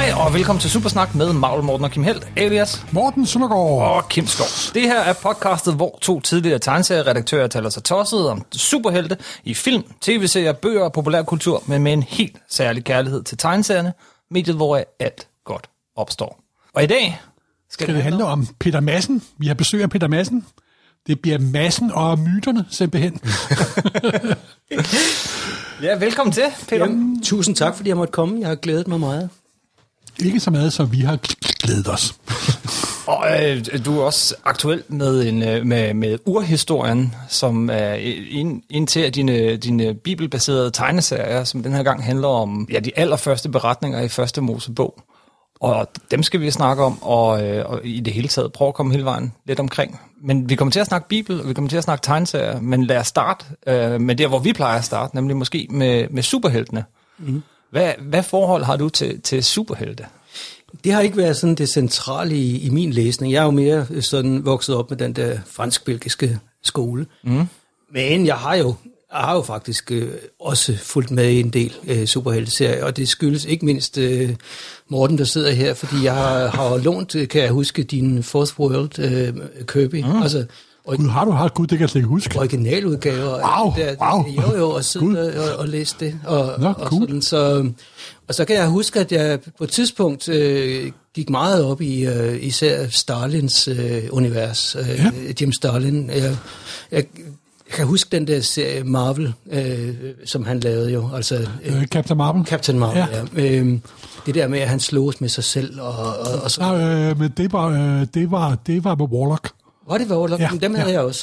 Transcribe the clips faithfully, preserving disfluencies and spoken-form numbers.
Goddag og velkommen til Supersnak med Marvel Morten og Kim Helt, alias Morten Søndergaard og Kim Skov. Det her er podcastet, hvor to tidligere tegneserieredaktører taler sig tosset om superhelte i film, tv-serier, bøger og populærkultur, men med en helt særlig kærlighed til tegneserierne, mediet hvor alt godt opstår. Og i dag skal, skal det handle om Peter Madsen. Vi har besøg af Peter Madsen. Det bliver Madsen og myterne simpelthen. Ja, velkommen til, Peter. Jamen, tusind tak, fordi jeg måtte komme. Jeg har glædet mig meget. Ikke så meget, som vi har glædet os. Og øh, du er også aktuel med, en, med, med urhistorien, som er en, en til af dine, dine bibelbaserede tegneserier, som den her gang handler om ja, de allerførste beretninger i første Mosebog. Og dem skal vi snakke om, og, og i det hele taget prøve at komme hele vejen lidt omkring. Men vi kommer til at snakke Bibel, og vi kommer til at snakke tegneserier, men lad os starte øh, med der, hvor vi plejer at starte, nemlig måske med, med superheltene. Mm. Hvad, hvad forhold har du til, til superhelte? Det har ikke været sådan det centrale i, i min læsning. Jeg er jo mere sådan vokset op med den der fransk-belgiske skole. Mm. Men jeg har jo Jeg har jo faktisk øh, også fulgt med i en del øh, superhelteserier, og det skyldes ikke mindst øh, Morten, der sidder her, fordi jeg har, har lånt, kan jeg huske, din Fourth World øh, Kirby. Mm. Altså, og, Gud, har du haft? Gud, det kan jeg slet ikke huske. Originaludgaver. Wow, der, wow. Jo, jo, og sidde og, og læse det. Og, Nå, og, cool. sådan, så, og så kan jeg huske, at jeg på et tidspunkt øh, gik meget op i øh, især Stalins øh, univers. Øh, ja. Jim Stalin. Jeg, jeg, Jeg kan huske den der serie Marvel, øh, som han lavede jo. Altså, øh, Captain Marvel. Captain Marvel, ja. ja. Øh, det der med, at han slås med sig selv og, og, og så. Ja, øh, men det var, øh, det var, det var med Warlock. Var det Warlock? Ja, dem havde ja. jeg også.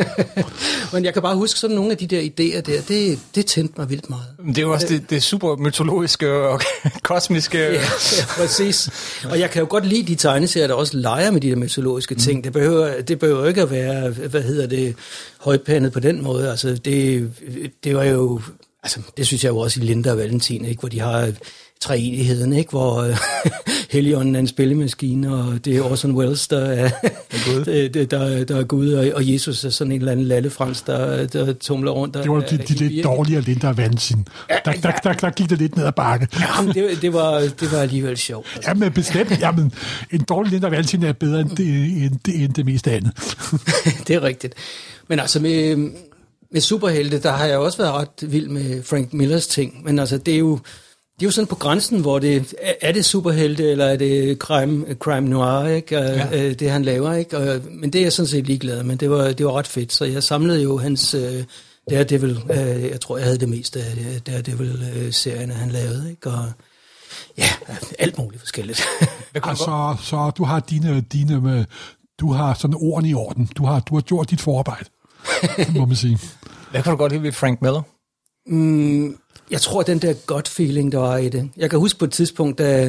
Men jeg kan bare huske sådan nogle af de der idéer der, det, det tændte mig vildt meget. Det er jo også det, det super mytologiske og kosmiske. Ja, ja, præcis. Og jeg kan jo godt lide de tegneserier, der også leger med de der mytologiske ting. Mm. Det behøver, det behøver ikke at være, hvad hedder det, højpandet på den måde. Altså, det, det var jo, altså, det synes jeg jo også i Linda og Valentin, ikke, hvor de har treenigheden, ikke, hvor øh, Helligånden er en spillemaskine, og det er Orson Welles, der er, der, der, der er Gud, og, og Jesus er sådan en eller anden lallefrans, der, der tumler rundt. Der, det var de, de lidt dårligere Linda og Valentin. Der, der, der, der, der gik det lidt ned ad bakke. Jamen, det, det, var, det var alligevel sjovt. Altså. Jamen, bestemt. Jamen, en dårlig Linda og Valentin er bedre end det, end det, end det meste andet. Det er rigtigt. Men altså, med, med superhelte, der har jeg også været ret vild med Frank Millers ting, men altså, det er jo Det er jo sådan på grænsen, hvor det er det superhelte, eller er det crime, crime noir, ikke? Ja. Det han laver, ikke? Og, men det er jeg sådan set ligeglad med. Det var, det var ret fedt, så jeg samlede jo hans uh, Daredevil, uh, jeg tror, jeg havde det meste af Daredevil-serien, han lavede, ikke? Og ja, alt muligt forskelligt. Altså, så du har dine, dine, du har sådan ordene i orden. Du har, du har gjort dit forarbejde, må man sige. Hvad kan du godt lide ved Frank Miller? Mm, jeg tror, den der gut feeling, der var i det. Jeg kan huske på et tidspunkt, da,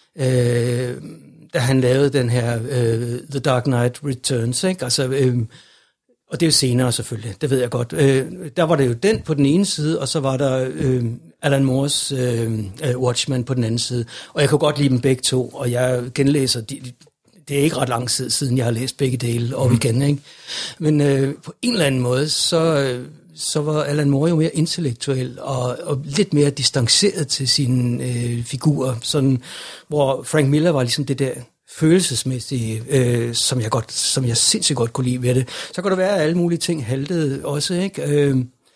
øh, da han lavede den her øh, The Dark Knight Returns, ikke? Altså, øh, og det er jo senere selvfølgelig, det ved jeg godt. Øh, der var det jo den på den ene side, og så var der øh, Alan Moores øh, Watchmen på den anden side. Og jeg kunne godt lide dem begge to, og jeg genlæser de, de det er ikke ret lang tid siden, jeg har læst begge dele op igen, ikke? Men øh, på en eller anden måde, så, øh, så var Alan Moore jo mere intellektuel og, og lidt mere distanceret til sine øh, figurer, sådan, hvor Frank Miller var ligesom det der følelsesmæssige, øh, som, jeg godt, som jeg sindssygt godt kunne lide ved det. Så kan det være, at alle mulige ting haltede også, ikke? Øh,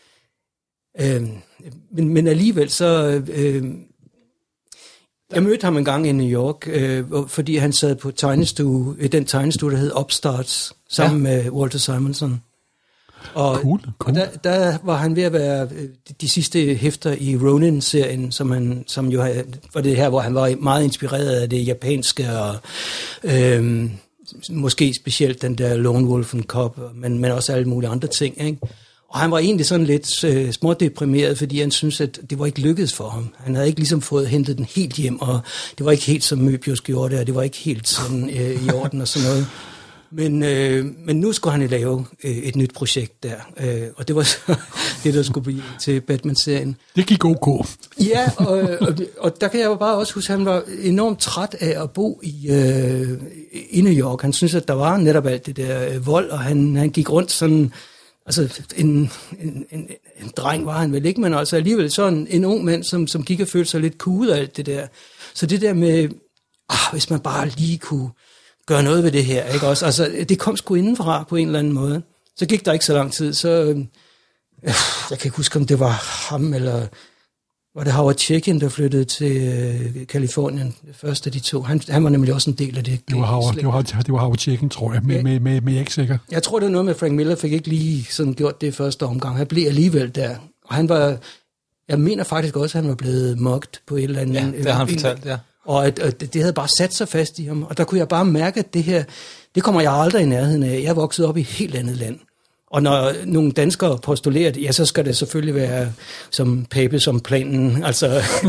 øh, men, men alligevel så... Øh, Jeg mødte ham en gang i New York, øh, fordi han sad på tegnestue, i den tegnestue, der hed Upstarts, sammen ja. med Walter Simonson. Og, cool, cool. og der, der var han ved at være de, de sidste hæfter i Ronin-serien, som, han, som jo var det her, hvor han var meget inspireret af det japanske, og øh, måske specielt den der Lone Wolf and Cub, men, men også alle mulige andre ting, ikke? Og han var egentlig sådan lidt øh, smådeprimeret, fordi han syntes, at det var ikke lykkedes for ham. Han havde ikke ligesom fået hentet den helt hjem, og det var ikke helt som Möbius gjorde det, og det var ikke helt sådan øh, i orden og sådan noget. Men, øh, men nu skulle han jo lave øh, et nyt projekt der, øh, og det var så det, der skulle blive til Batman-serien. Det gik ok. Ja, og, og, og der kan jeg jo bare også huske, at han var enormt træt af at bo i, øh, i New York. Han syntes, at der var netop alt det der øh, vold, og han, han gik rundt sådan... altså en, en, en, en dreng var han vel ikke, men altså alligevel sådan en ung mand, som, som gik og følte sig lidt cool af alt det der. Så det der med, ah, hvis man bare lige kunne gøre noget ved det her, ikke også? Altså, det kom sgu indenfra på en eller anden måde. Så gik der ikke så lang tid, så øh, jeg kan ikke huske, om det var ham, eller var det Howard Chaykin, der flyttede til øh, Kalifornien, det første af de to. Han, han var nemlig også en del af det. Det var Howard, det var, det var Howard Chaykin, tror jeg, med, med, med, med jeg er ikke sikker. Jeg tror, det var noget med, Frank Miller fik ikke lige sådan gjort det første omgang. Han blev alligevel der, og han var, jeg mener faktisk også, at han var blevet mocked på et eller andet. Ja, det har han fortalt, ja. Og at, at det havde bare sat sig fast i ham, og der kunne jeg bare mærke, at det her, det kommer jeg aldrig i nærheden af. Jeg er vokset op i et helt andet land. Og når nogle danskere postulerer det, ja, så skal det selvfølgelig være som Pape, som planen. Altså,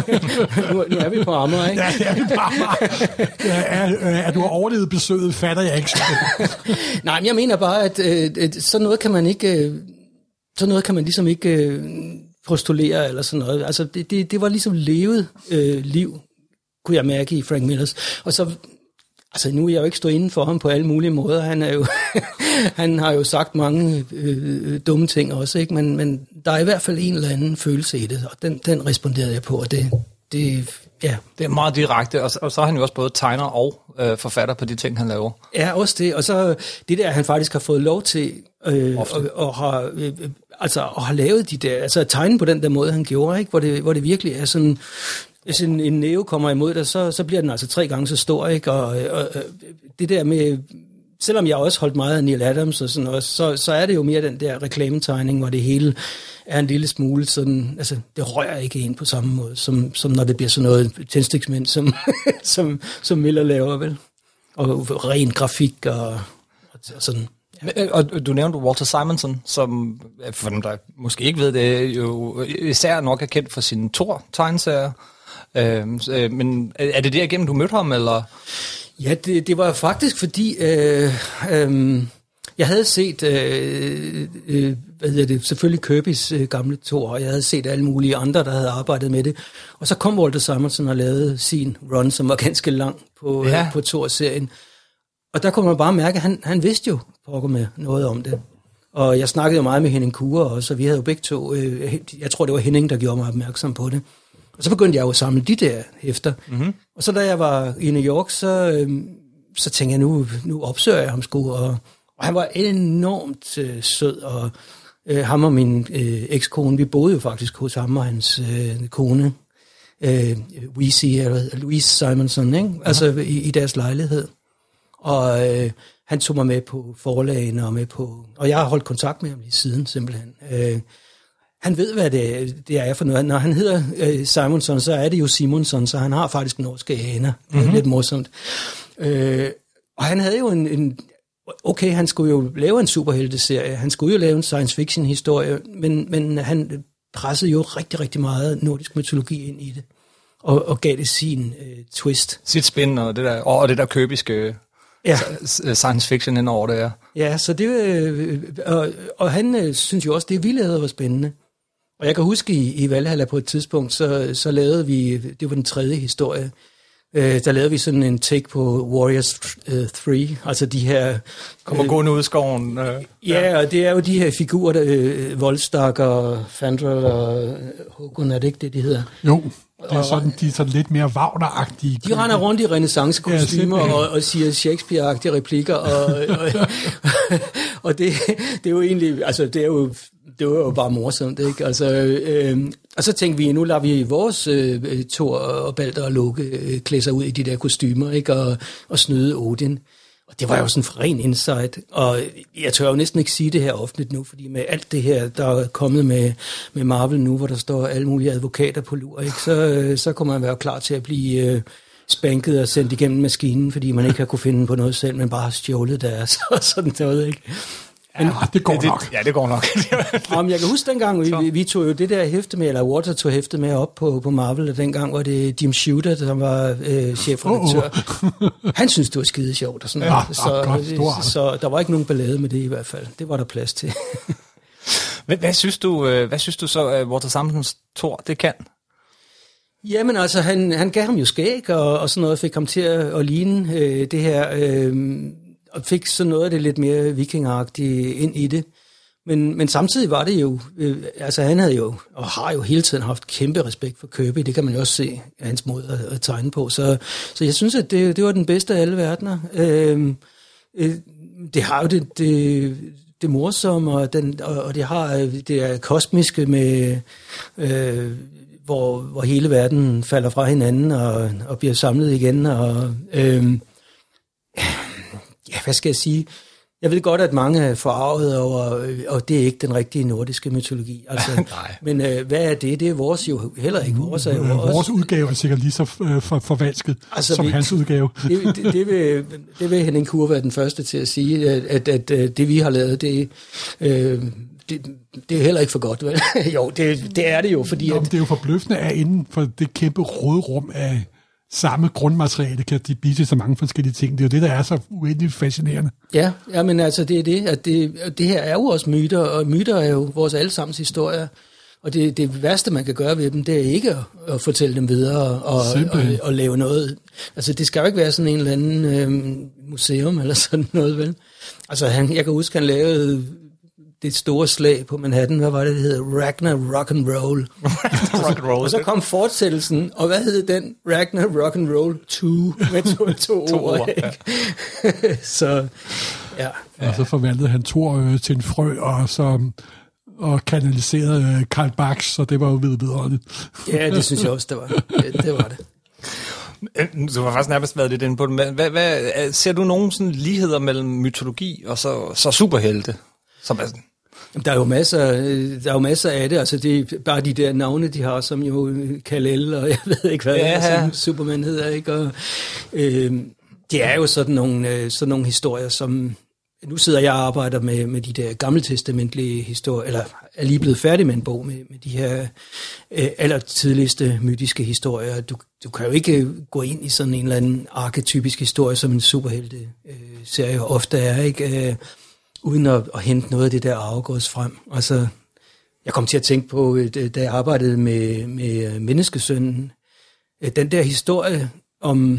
nu, nu er vi på Amager, ikke? Ja, det er vi på Amager. Ja, er, er du har overlevet besøget, fatter jeg ikke. Nej, men jeg mener bare, at, at sådan noget kan man ikke, sådan noget kan man ligesom ikke postulere, eller sådan noget. Altså, det, det, det var ligesom levet øh, liv, kunne jeg mærke i Frank Millers. Og så, altså nu er jeg jo ikke stå inden for ham på alle mulige måder. Han er jo, han har jo sagt mange øh, dumme ting også, ikke? Men, men der er i hvert fald en eller anden følelse i det, og den, den responderede jeg på, og det, det, ja. Det er meget direkte, og så, og så er han jo også både tegner og øh, forfatter på de ting, han laver. Ja, også det, og så det der, han faktisk har fået lov til, øh, og, og har, øh, altså, og har lavet de der, altså tegne på den der måde, han gjorde, ikke? Hvor det, hvor det virkelig er sådan, hvis en, en næve kommer imod dig, så, så bliver den altså tre gange så stor, ikke? Og, og, og det der med, selvom jeg også holdt meget af Neil Adams og sådan noget, så, så er det jo mere den der reklametegning, hvor det hele er en lille smule sådan, altså det rører ikke ind på samme måde, som, som når det bliver sådan noget tændstiksmænd, som, som, som Miller laver, vel? Og ren grafik og, og sådan. Ja. Og du nævnte Walter Simonson, som for dem, der måske ikke ved det, jo især nok er kendt for sine Thor-tegneserier. Øh, men er det derigennem, du mødte ham, eller? Ja, det, det var faktisk fordi, øh, øh, jeg havde set, øh, øh, hvad hedder det, selvfølgelig Kirbys øh, gamle Thor, og jeg havde set alle mulige andre, der havde arbejdet med det. Og så kom Walter Simonson og lavede sin run, som var ganske lang på, ja. øh, på Thor-serien. Og der kunne man bare mærke, at han, han vidste jo pokker med noget om det. Og jeg snakkede jo meget med Henning Kure også, og vi havde jo begge to, øh, jeg tror det var Henning, der gjorde mig opmærksom på det. Og så begyndte jeg jo at samle de der hæfter. Mm-hmm. Og så da jeg var i New York, så, øh, så tænkte jeg, nu, nu opsøger jeg ham sgu. Og, og han var enormt øh, sød, og øh, ham og min øh, ekskone, vi boede jo faktisk hos ham og hans øh, kone, øh, Louise, eller Louise Simonson, ikke? Mm-hmm. Altså i, i deres lejlighed. Og øh, han tog mig med på forlagene og med på... Og jeg har holdt kontakt med ham lige siden, simpelthen. Øh, han ved, hvad det, det er for noget. Når han hedder øh, Simonson, så er det jo Simonsson, så han har faktisk norske aner. Det er mm-hmm. lidt morsomt. Øh, og han havde jo en, en... Okay, han skulle jo lave en superhelteserie. Han skulle jo lave en science fiction historie, men, men han pressede jo rigtig, rigtig meget nordisk mytologi ind i det. Og, og gav det sin øh, twist. Sit spin og det der, og det der købiske... Ja. Science fiction ind over det, ja. Ja, så det, øh, og, og han øh, synes jo også, det vi lavede var spændende. Og jeg kan huske, i, i Valhalla på et tidspunkt, så, så lavede vi, det var den tredje historie, øh, der lavede vi sådan en take på Warriors øh, tre, altså de her... Kommer øh, gående ud i skoven. Øh, ja, ja, og det er jo de her figurer, der, øh, Voldstak og Fandral og Håkon, er det ikke det, de hedder? Jo. Det er sådan, de er sådan lidt mere Wagner-agtige. De render rundt i renaissance-kostymer ja, og, og siger Shakespeare-agtige replikker, og, og, og det, det er jo egentlig, altså det er jo, det var jo bare morsomt, ikke? Altså, øh, og så tænkte vi, nu lader vi vores øh, Thor og Balder og Loke øh, klæde sig ud i de der kostymer, ikke? Og, og snyde Odin. Og det var jo sådan en ren insight, og jeg tør jo næsten ikke sige det her offentligt nu, fordi med alt det her, der er kommet med, med Marvel nu, hvor der står alle mulige advokater på lur, ikke, så, så kommer man være klar til at blive øh, spanket og sendt igennem maskinen, fordi man ikke har kunne finde på noget selv, men bare har stjålet deres og sådan noget, ikke? Men, ja, det går nok. Ja, det går nok. Om jeg kan huske dengang, vi, vi, vi tog jo det der hæfte med, eller Walter tog hæfte med op på, på Marvel, og dengang var det Jim Shooter, der var øh, chefredaktør. Oh, oh. Han synes det var skide sjovt og sådan noget. Ja, så, godt, så der var ikke nogen ballade med det i hvert fald. Det var der plads til. hvad, hvad, synes du, hvad synes du så, Walter Simonsons Thor, det kan? Jamen altså, han, han gav ham jo skæg og, og sådan noget, fik ham til at, at ligne øh, det her... Øh, og fik så noget af det lidt mere vikingagtige ind i det. Men, men samtidig var det jo, øh, altså han havde jo, og har jo hele tiden haft kæmpe respekt for Kirby, det kan man jo også se af hans måde at, at tegne på, så, så jeg synes, at det, det var den bedste af alle verdener. Øh, øh, det har jo det, det, det morsomme, og, den, og, og det har det er kosmiske med, øh, hvor, hvor hele verden falder fra hinanden og, og bliver samlet igen, og øh, ja, hvad skal jeg sige? Jeg ved godt, at mange er forarvet over, og det er ikke den rigtige nordiske mytologi. Altså, men øh, hvad er det? Det er vores jo heller ikke. Vores, er jo vores også, udgave er sikkert lige så for, for, forvansket altså, som vi, hans udgave. det, det, det, vil, det vil Henning Kurv være den første til at sige, at, at, at, at det vi har lavet, det, øh, det, det er heller ikke for godt. Vel? Jo, det, det er det jo, fordi... Nå, at, det er jo forbløffende, at inden for det kæmpe rådrum af samme grundmateriale kan de blive så mange forskellige ting. Det er jo det, der er så uendeligt fascinerende. Ja, ja, men altså det er det, at det, det her er jo også myter, og myter er jo vores allesammens historie. Og det, det værste, man kan gøre ved dem, det er ikke at, at fortælle dem videre og, og, og lave noget. Altså det skal jo ikke være sådan en eller anden øh, museum eller sådan noget, vel? Altså han, jeg kan huske, han lavede det store slag på Manhattan, hvad var det, det hed? Ragnar Rock'n'Roll. Rock'n'Roll. Og så kom fortsættelsen, og hvad hed den? Ragnar Rock'n'Roll to, med to, to, to ord, ja. Så, ja. Og så forvandlede han Thor øh, til en frø, og så og kanaliserede øh, Karl Barks, så det var jo videre. Ja, det synes jeg også, det var. Det, det var det. Du har faktisk nærmest været lidt inde på det. Hvad, hvad, ser du nogen sådan ligheder mellem mytologi og så, så superhelte? Som er sådan? Der er jo masser, der er jo masser af det. Altså det er bare de der navne, de har, som jo Kal-El, og jeg ved ikke, hvad ja, er, som Superman hedder, ikke? Og, øh, det er jo sådan nogle, sådan nogle historier, som... Nu sidder jeg og arbejder med, med de der gammeltestamentlige historier, eller er lige blevet færdig med en bog med, med de her øh, allertidligste mytiske historier. Du, du kan jo ikke gå ind i sådan en eller anden arketypisk historie, som en superhelte-serie øh, ofte er, ikke? Øh, uden at, at hente noget af det der arvegods frem. Altså, jeg kom til at tænke på, da jeg arbejdede med, med Menneskesønnen, den der historie om...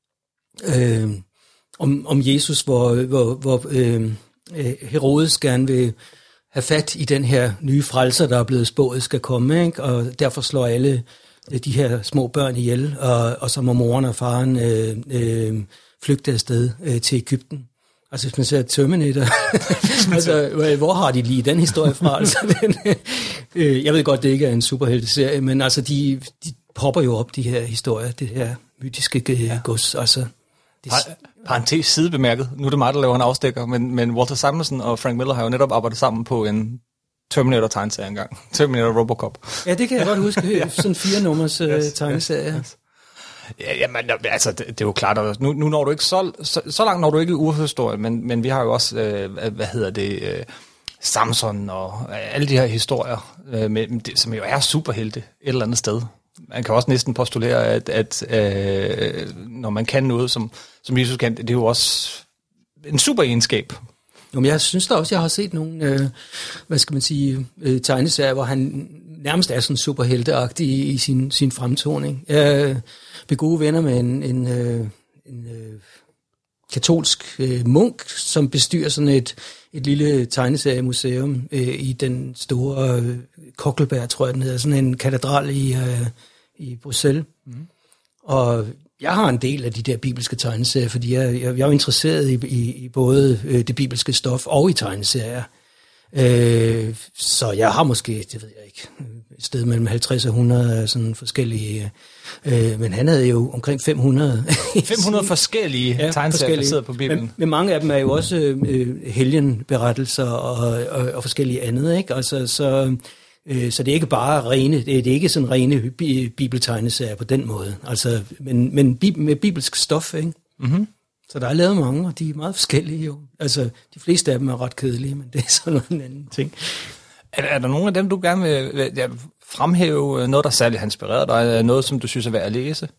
Øh, Om, om Jesus, hvor, hvor, hvor øh, Herodes gerne vil have fat i den her nye frelser, der er blevet spået, skal komme, ikke? Og derfor slår alle de her små børn ihjel, og, og så må moren og faren øh, øh, flygte afsted øh, til Egypten. Altså hvis man ser Terminator, altså, hvor har de lige den historie fra? Altså, den, øh, jeg ved godt, det ikke er en superhelteserie, men altså de, de popper jo op, de her historier, det her mytiske ja. gods, altså... Parentes sidebemærket. Nu er det mig, der laver en afstikker, men, men Walter Simonson og Frank Miller har jo netop arbejdet sammen på en Terminator-tegneserie engang. Terminator Robocop. Ja, det kan jeg godt huske. Sådan fire nummers uh, yes, tegneserie. Yes, yes. Ja, jamen, altså, det, det er jo klart, at nu, nu når du ikke så, så, så langt når du ikke i urhistorie, men, men vi har jo også, øh, hvad hedder det, øh, Samson og alle de her historier, øh, med, som jo er superhelte et eller andet sted. Man kan også næsten postulere, at, at øh, når man kan noget, som, som Jesus kan, det er jo også en super egenskab. Jamen, jeg synes da også, jeg har set nogle, øh, hvad skal man sige, øh, tegneserier, hvor han nærmest er sådan superhelteagtig i, i sin, sin fremtoning. Jeg blev gode venner med en, en, øh, en øh, katolsk øh, munk, som bestyrer sådan et, et lille tegneseriemuseum øh, i den store øh, Kokkelberg, tror jeg den hedder, sådan en katedral i, øh, i Bruxelles. Mm. Og jeg har en del af de der bibelske tegneserier, fordi jeg, jeg, jeg er jo interesseret i, i, i både øh, det bibelske stof og i tegneserier. Øh, så jeg har måske, det ved jeg ikke, et sted mellem halvtreds og hundrede sådan forskellige, øh, men han havde jo omkring fem hundrede. fem hundrede forskellige ja, tegneserier, der sidder på Bibelen. Men, men mange af dem er jo også øh, helgenberettelser og, og, og forskellige andet, ikke? Altså, så, øh, så det er ikke bare rene, det er, det er ikke sådan rene bibeltegneserier på den måde, altså, men, men med bibelsk stof, ikke? Mhm. Så der er lavet mange, og de er meget forskellige jo. Altså, de fleste af dem er ret kedelige, men det er sådan en anden ting. Er, er der nogle af dem, du gerne vil, vil ja, fremhæve, noget, der særligt har inspireret dig, noget, som du synes er værd at læse?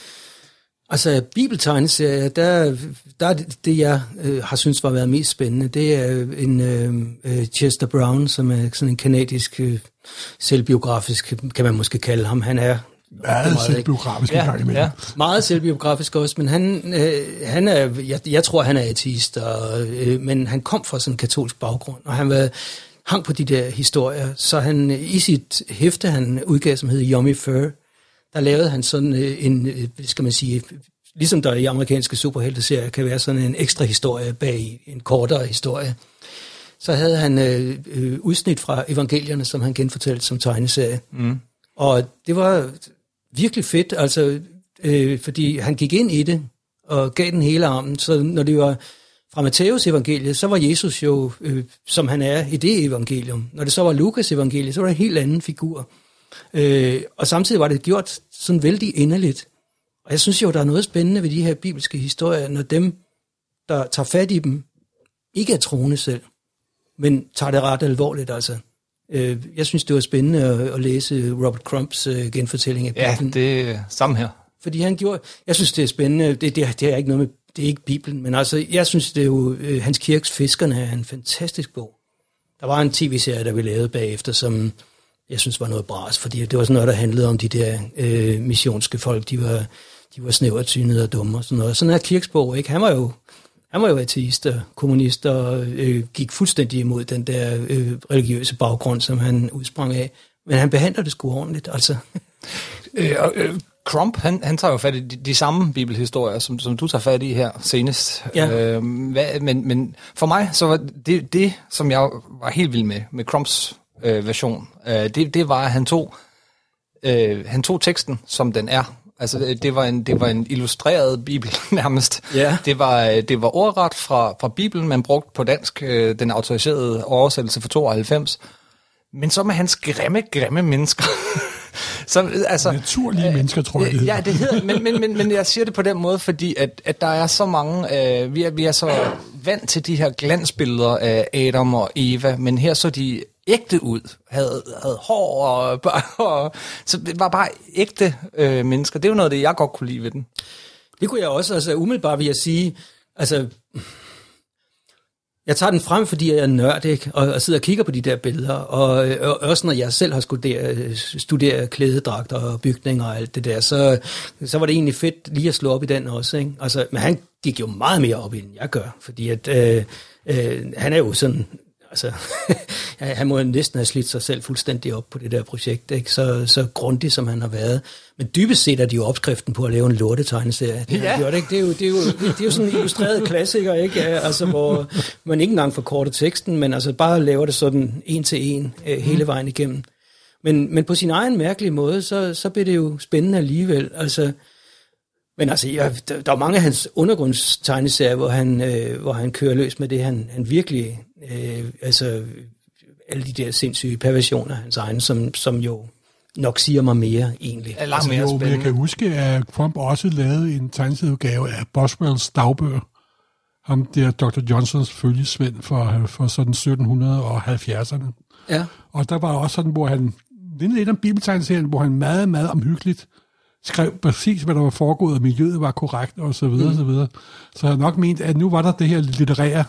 Altså, bibeltegneserier, der, der er det, det jeg øh, har synes var været mest spændende, det er en øh, Chester Brown, som er sådan en kanadisk, øh, selvbiografisk, kan man måske kalde ham. Han er meget selvbiografisk. Ja, ja. Meget selvbiografisk også, men han, øh, han er, jeg, jeg tror, han er ateist, og, øh, men han kom fra sådan en katolsk baggrund, og han var hang på de der historier, så han i sit hæfte, han udgav, som hedder Yummy Fur, der lavede han sådan en, skal man sige, ligesom der i amerikanske superhelteserier kan være sådan en ekstra historie bag en kortere historie, så havde han øh, øh, udsnit fra evangelierne, som han genfortalte som tegneserie. Mm. Og det var virkelig fedt, altså, øh, fordi han gik ind i det, og gav den hele armen, så når det var fra Matthæus evangeliet, så var Jesus jo, øh, som han er i det evangelium. Når det så var Lukas evangeliet, så var det en helt anden figur. Øh, og samtidig var det gjort sådan vældig inderligt. Og jeg synes jo, der er noget spændende ved de her bibelske historier, når dem, der tager fat i dem, ikke er troende selv, men tager det ret alvorligt, altså. Øh, jeg synes, det var spændende at, at læse Robert Crumps øh, genfortælling af Bibelen. Ja, det er samme her. Fordi han gjorde, jeg synes, det er spændende, det, det, det er ikke noget med, det er ikke Bibelen, men altså, jeg synes, det er jo, øh, Hans Kirks Fiskerne er en fantastisk bog. Der var en tv-serie, der vi lavede bagefter, som jeg synes var noget bras, fordi det var sådan noget, der handlede om de der øh, missionske folk, de var, de var snævertsynede og dumme og sådan noget. Sådan er Kirks bog, ikke? Han var jo, han var jo ateist og kommunist og øh, gik fuldstændig imod den der øh, religiøse baggrund, som han udsprang af. Men han behandler det sgu ordentligt, altså. øh, øh, Crump, han, han tager jo fat i de, de samme bibelhistorier, som, som du tager fat i her senest. Ja. Øh, hvad, men, men for mig, så var det, det, som jeg var helt vild med, med Crumps øh, version, øh, det, det var, at han tog, øh, han tog teksten, som den er. Altså, det var en, det var en illustreret bibel nærmest. Ja. Det var, det var ordret fra, fra Bibelen, man brugte på dansk, øh, den autoriserede oversættelse fra tooghalvfems. Men så med hans grimme, grimme mennesker. Så, altså, naturlige øh, mennesker, tror jeg, det hedder. Ja, det hedder, men, men, men, men jeg siger det på den måde, fordi at, at der er så mange, øh, vi, er, vi er så vant til de her glansbilleder af Adam og Eva, men her så de ægte ud, havde, havde hår og, og så det var bare ægte øh, mennesker. Det er jo noget af det, jeg godt kunne lide ved den. Det kunne jeg også, altså umiddelbart vil jeg sige, altså jeg tager den frem, fordi jeg er nørd, ikke? Og, og sidder og kigger på de der billeder, og, og også når jeg selv har studeret, studeret klædedragter og bygninger og alt det der, så, så var det egentlig fedt lige at slå op i den også, ikke? Altså, men han gik jo meget mere op i, end jeg gør, fordi at, øh, øh, han er jo sådan, altså, han må jo næsten have slidt sig selv fuldstændig op på det der projekt, ikke? Så, så grundig som han har været. Men dybest set er de jo opskriften på at lave en lortetegneserie. Det, ja. gjort, ikke? Det, er jo, det, er jo, det er jo sådan en illustreret klassiker, ikke? Altså, hvor man ikke engang forkorter teksten, men altså bare laver det sådan en til en øh, hele vejen igennem. Men, men på sin egen mærkelige måde, så, så bliver det jo spændende alligevel. Altså, men altså, jeg, der, der er mange af hans undergrundstegneserier, hvor han, øh, hvor han kører løs med det, han, han virkelig, øh, altså alle de der sindssyge perversioner af hans egen, som, som jo nok siger mig mere, egentlig. Er langt altså, mere jo, spændende. jeg kan huske, at Crump også lavede en tegneserieudgave af Boswells dagbøger. Ham der doktor Johnsons følgesvend for, for sådan sytten halvfjerdserne. Ja. Og der var også sådan, hvor han, det lidt om bibeltegneserien, hvor han meget, meget omhyggeligt skrev præcis, hvad der var foregået, og miljøet var korrekt, og så videre, mm. så videre. Så jeg nok ment, at nu var der det her litterære,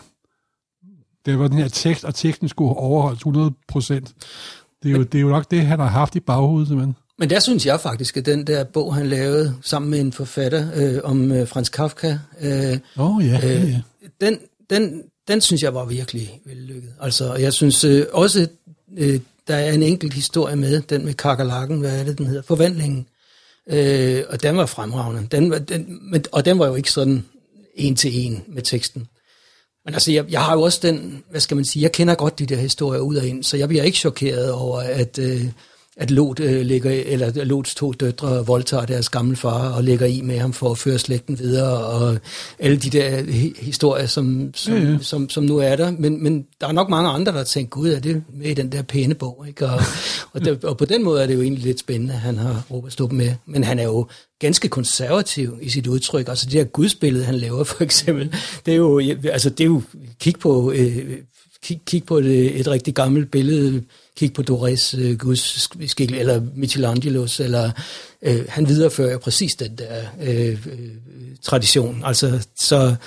det var den her tekst, og teksten skulle overholdes hundrede procent. Det er, jo, det er jo nok det, han har haft i baghovedet, simpelthen. Men der synes jeg faktisk, at den der bog, han lavede sammen med en forfatter øh, om øh, Franz Kafka, øh, oh, ja, øh, ja. Den, den, den synes jeg var virkelig vellykket. Altså, jeg synes øh, også, øh, der er en enkelt historie med, den med kakerlakken, hvad er det, den hedder? Forvandlingen. Øh, og den var fremragende. Den var, den, men, og den var jo ikke sådan en til en med teksten. Men altså, jeg, jeg har jo også den, hvad skal man sige, jeg kender godt de der historier ud og ind, så jeg bliver ikke chokeret over, at, øh, at Lot, øh, ligger, eller Lots to døtre voldtager deres gamle far og lægger i med ham for at føre slægten videre, og alle de der historier, som, som, ja, ja. som, som nu er der. Men, men der er nok mange andre, der har tænkt, gud, er det med i den der pæne bog, ikke? Og, og, der, og på den måde er det jo egentlig lidt spændende, at han har Robert Stubb med. Men han er jo ganske konservativ i sit udtryk. Altså det der gudsbillede, han laver for eksempel, det er jo, altså det er jo, kig på, øh, kig, kig på et, et rigtig gammelt billede, kig på Dorés øh, gudsskikkelse, eller Michelangelos, eller øh, han viderefører jo præcis den der øh, øh, tradition. Altså, så,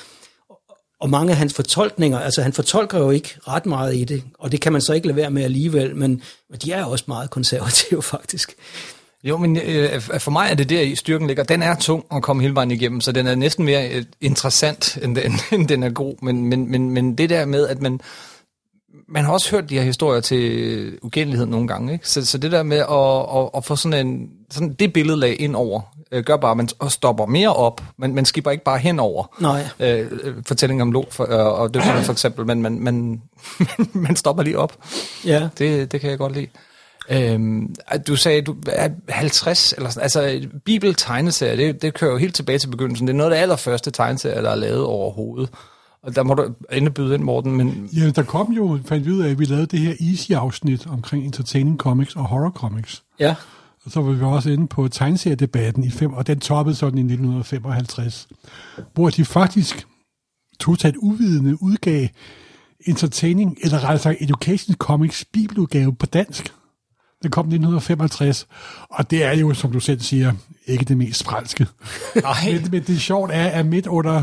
og mange af hans fortolkninger, altså han fortolker jo ikke ret meget i det, og det kan man så ikke lade være med alligevel, men, men de er også meget konservative faktisk. Jo, men øh, for mig er det der i styrken ligger. Den er tung at komme hele vejen igennem, så den er næsten mere interessant, end den, end den er god. Men, men, men, men det der med, at man man har også hørt de her historier til ugendelighed nogle gange, ikke? Så, så det der med at, at, at få sådan en sådan det billedelag ind over, øh, gør bare, at man stopper mere op, men man skipper ikke bare henover. Nej. Øh, fortællingen om Lot for, øh, og dødserne for eksempel, men man, man, man stopper lige op. Ja. Det, det kan jeg godt lide. Øhm, du sagde, du er halvtreds, eller sådan, altså Bibel-tegneserie, det, det kører jo helt tilbage til begyndelsen. Det er noget af det allerførste tegneserie, der er lavet overhovedet. Og der må du endelig byde ind, Morten, men... Ja, der kom jo, fandt vi ud af, at vi lavede det her Easy-afsnit omkring entertaining comics og horror comics. Ja. Og så var vi også inde på tegneseriedebatten i fem, og den toppede sådan i nitten femoghalvtreds, hvor de faktisk totalt uvidende udgav entertaining, eller rettere sagt education comics bibeludgave på dansk. Den kom i nitten femoghalvtreds, og det er jo, som du selv siger, ikke det mest spralske. men, men det sjovt er, at midt under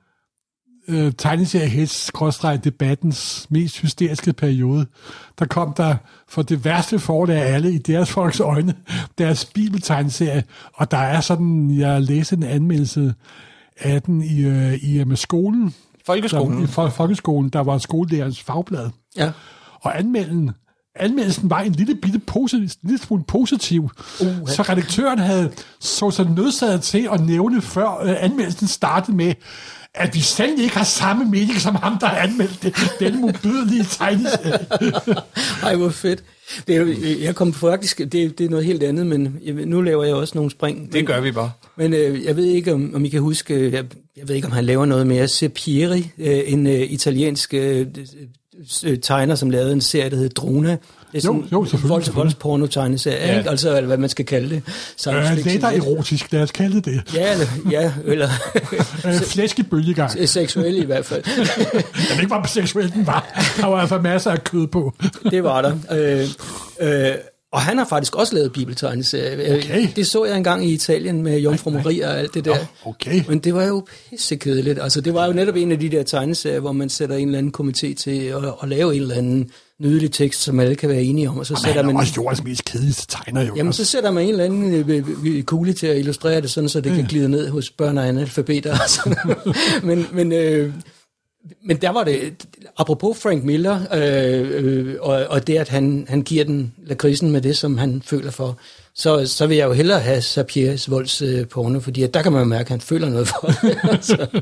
øh, tegneserie-hets-debattens mest hysteriske periode, der kom der for det værste forlag af alle i deres folks øjne, deres bibeltegneserie, og der er sådan, jeg læste en anmeldelse af den i, øh, i med skolen. Folkeskolen. Der, I fol- folkeskolen, der var skolelærerens fagblad. Ja. Og anmelden Anmeldelsen var en lille bitte positiv, lille smule positiv, uh, så redaktøren havde så sig nødsaget til at nævne, før øh, anmeldelsen startede med, at vi selv ikke har samme mening som ham, der har anmeldt det, den modbydelige tegneserie. Ej, hvor fedt. Det er, jeg kom faktisk, det, det er noget helt andet, men jeg, nu laver jeg også nogle spring. Det gør vi bare. Men øh, jeg ved ikke, om, om I kan huske, jeg, jeg ved ikke, om han laver noget mere. Serpieri, øh, en øh, italiensk øh, tegner, som lavede en serie, der hedder Drona. Det er sådan jo, jo, selvfølgelig. Volds, voldsporno-tegneserie, ja. Ikke? Altså, eller hvad man skal kalde det. Øh, lidt erotisk, lad os kalde det. Ja, eller... Ja, eller øh, flæskebølgegang. Seksuel i hvert fald. Jeg ved ikke, hvor seksuel den var. Der var altså masser af kød på. Det var der. Øh, øh, og han har faktisk også lavet bibeltegneserie. Okay. Det så jeg engang i Italien med Jomfru Maria og alt det der. Nå, okay. Men det var jo pissekedeligt. Altså, det var jo netop en af de der tegneserier, hvor man sætter en eller anden komité til at, at lave en eller anden nydelig tekst, som alle kan være enige om. Og så Jamen, sætter han er man også jordens mest kedeligste tegner. Jo. Jamen, så sætter man en eller anden kugle til at illustrere det, sådan, så det ja. kan glide ned hos børn og analfabeter. men, men, øh, men der var det, apropos Frank Miller, øh, øh, og, og det, at han, han giver den lakrisen med det, som han føler for, så, så vil jeg jo hellere have Serpieris volds øh, porno, fordi at der kan man jo mærke, at han føler noget for det. Altså.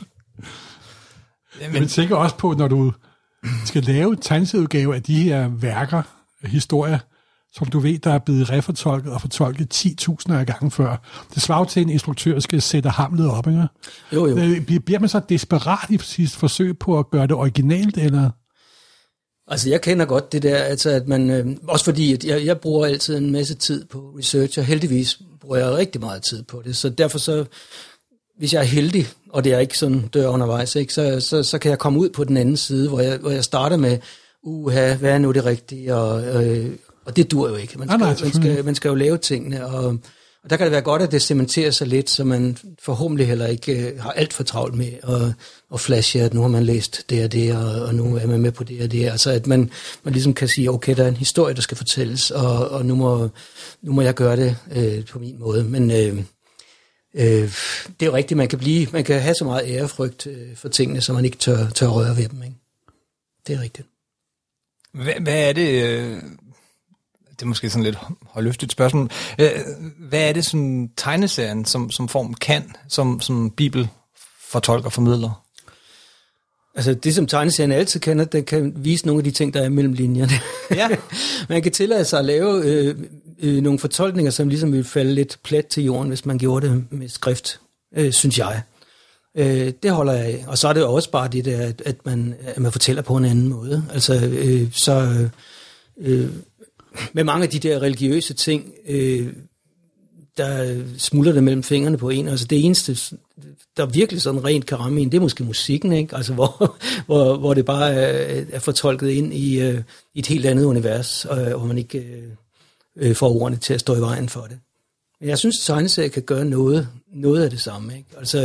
Men jeg tænker også på, når du skal lave tegneserieudgave af de her værker, historier, som du ved, der er blevet refortolket og fortolket ti tusinder af gange før. Det svarer til, en instruktør skal sætte Hamlet op, ikke? Jo, jo. Bliver man så desperat i sidste forsøg på at gøre det originalt, eller? Altså, jeg kender godt det der, altså, at man, øh, også fordi, at jeg, jeg bruger altid en masse tid på research, og heldigvis bruger jeg rigtig meget tid på det, så derfor så, hvis jeg er heldig, og det er ikke sådan dør undervejs, ikke, så, så, så kan jeg komme ud på den anden side, hvor jeg, hvor jeg starter med, uha, hvad er nu det rigtige, og, øh, og det dur jo ikke. Man skal, ah, nej, man, skal, man skal jo lave tingene, og, og der kan det være godt, at det cementerer sig lidt, så man forhåbentlig heller ikke øh, har alt for travlt med at, at flashe, at nu har man læst det og det, og, og nu er man med på det og det. Altså at man, man ligesom kan sige, okay, der er en historie, der skal fortælles, og, og nu, må, nu må jeg gøre det øh, på min måde. Men øh, øh, det er jo rigtigt, man kan blive, man kan have så meget ærefrygt øh, for tingene, så man ikke tør, tør røre ved dem. Ikke? Det er rigtigt. Hvad, hvad er det... Øh Det er måske sådan lidt højløftigt spørgsmål. Hvad er det, sådan tegneserien som, som form kan, som, som Bibel fortolker og formidler? Altså det, som tegneserien altid kan, den kan vise nogle af de ting, der er mellem linjerne. Ja. Man kan tillade sig at lave øh, øh, nogle fortolkninger, som ligesom vil falde lidt plat til jorden, hvis man gjorde det med skrift, øh, synes jeg. Øh, det holder jeg af. Og så er det også bare det der, at, at, man, at man fortæller på en anden måde. Altså øh, så... Øh, med mange af de der religiøse ting, øh, der smuldrer det mellem fingrene på en. Altså det eneste, der virkelig sådan rent kan ramme en, det er måske musikken, ikke? Altså hvor, hvor, hvor det bare er, er fortolket ind i, øh, i et helt andet univers, og hvor man ikke øh, får ordene til at stå i vejen for det. Men jeg synes, at tegneserier kan gøre noget, noget af det samme, ikke? Altså,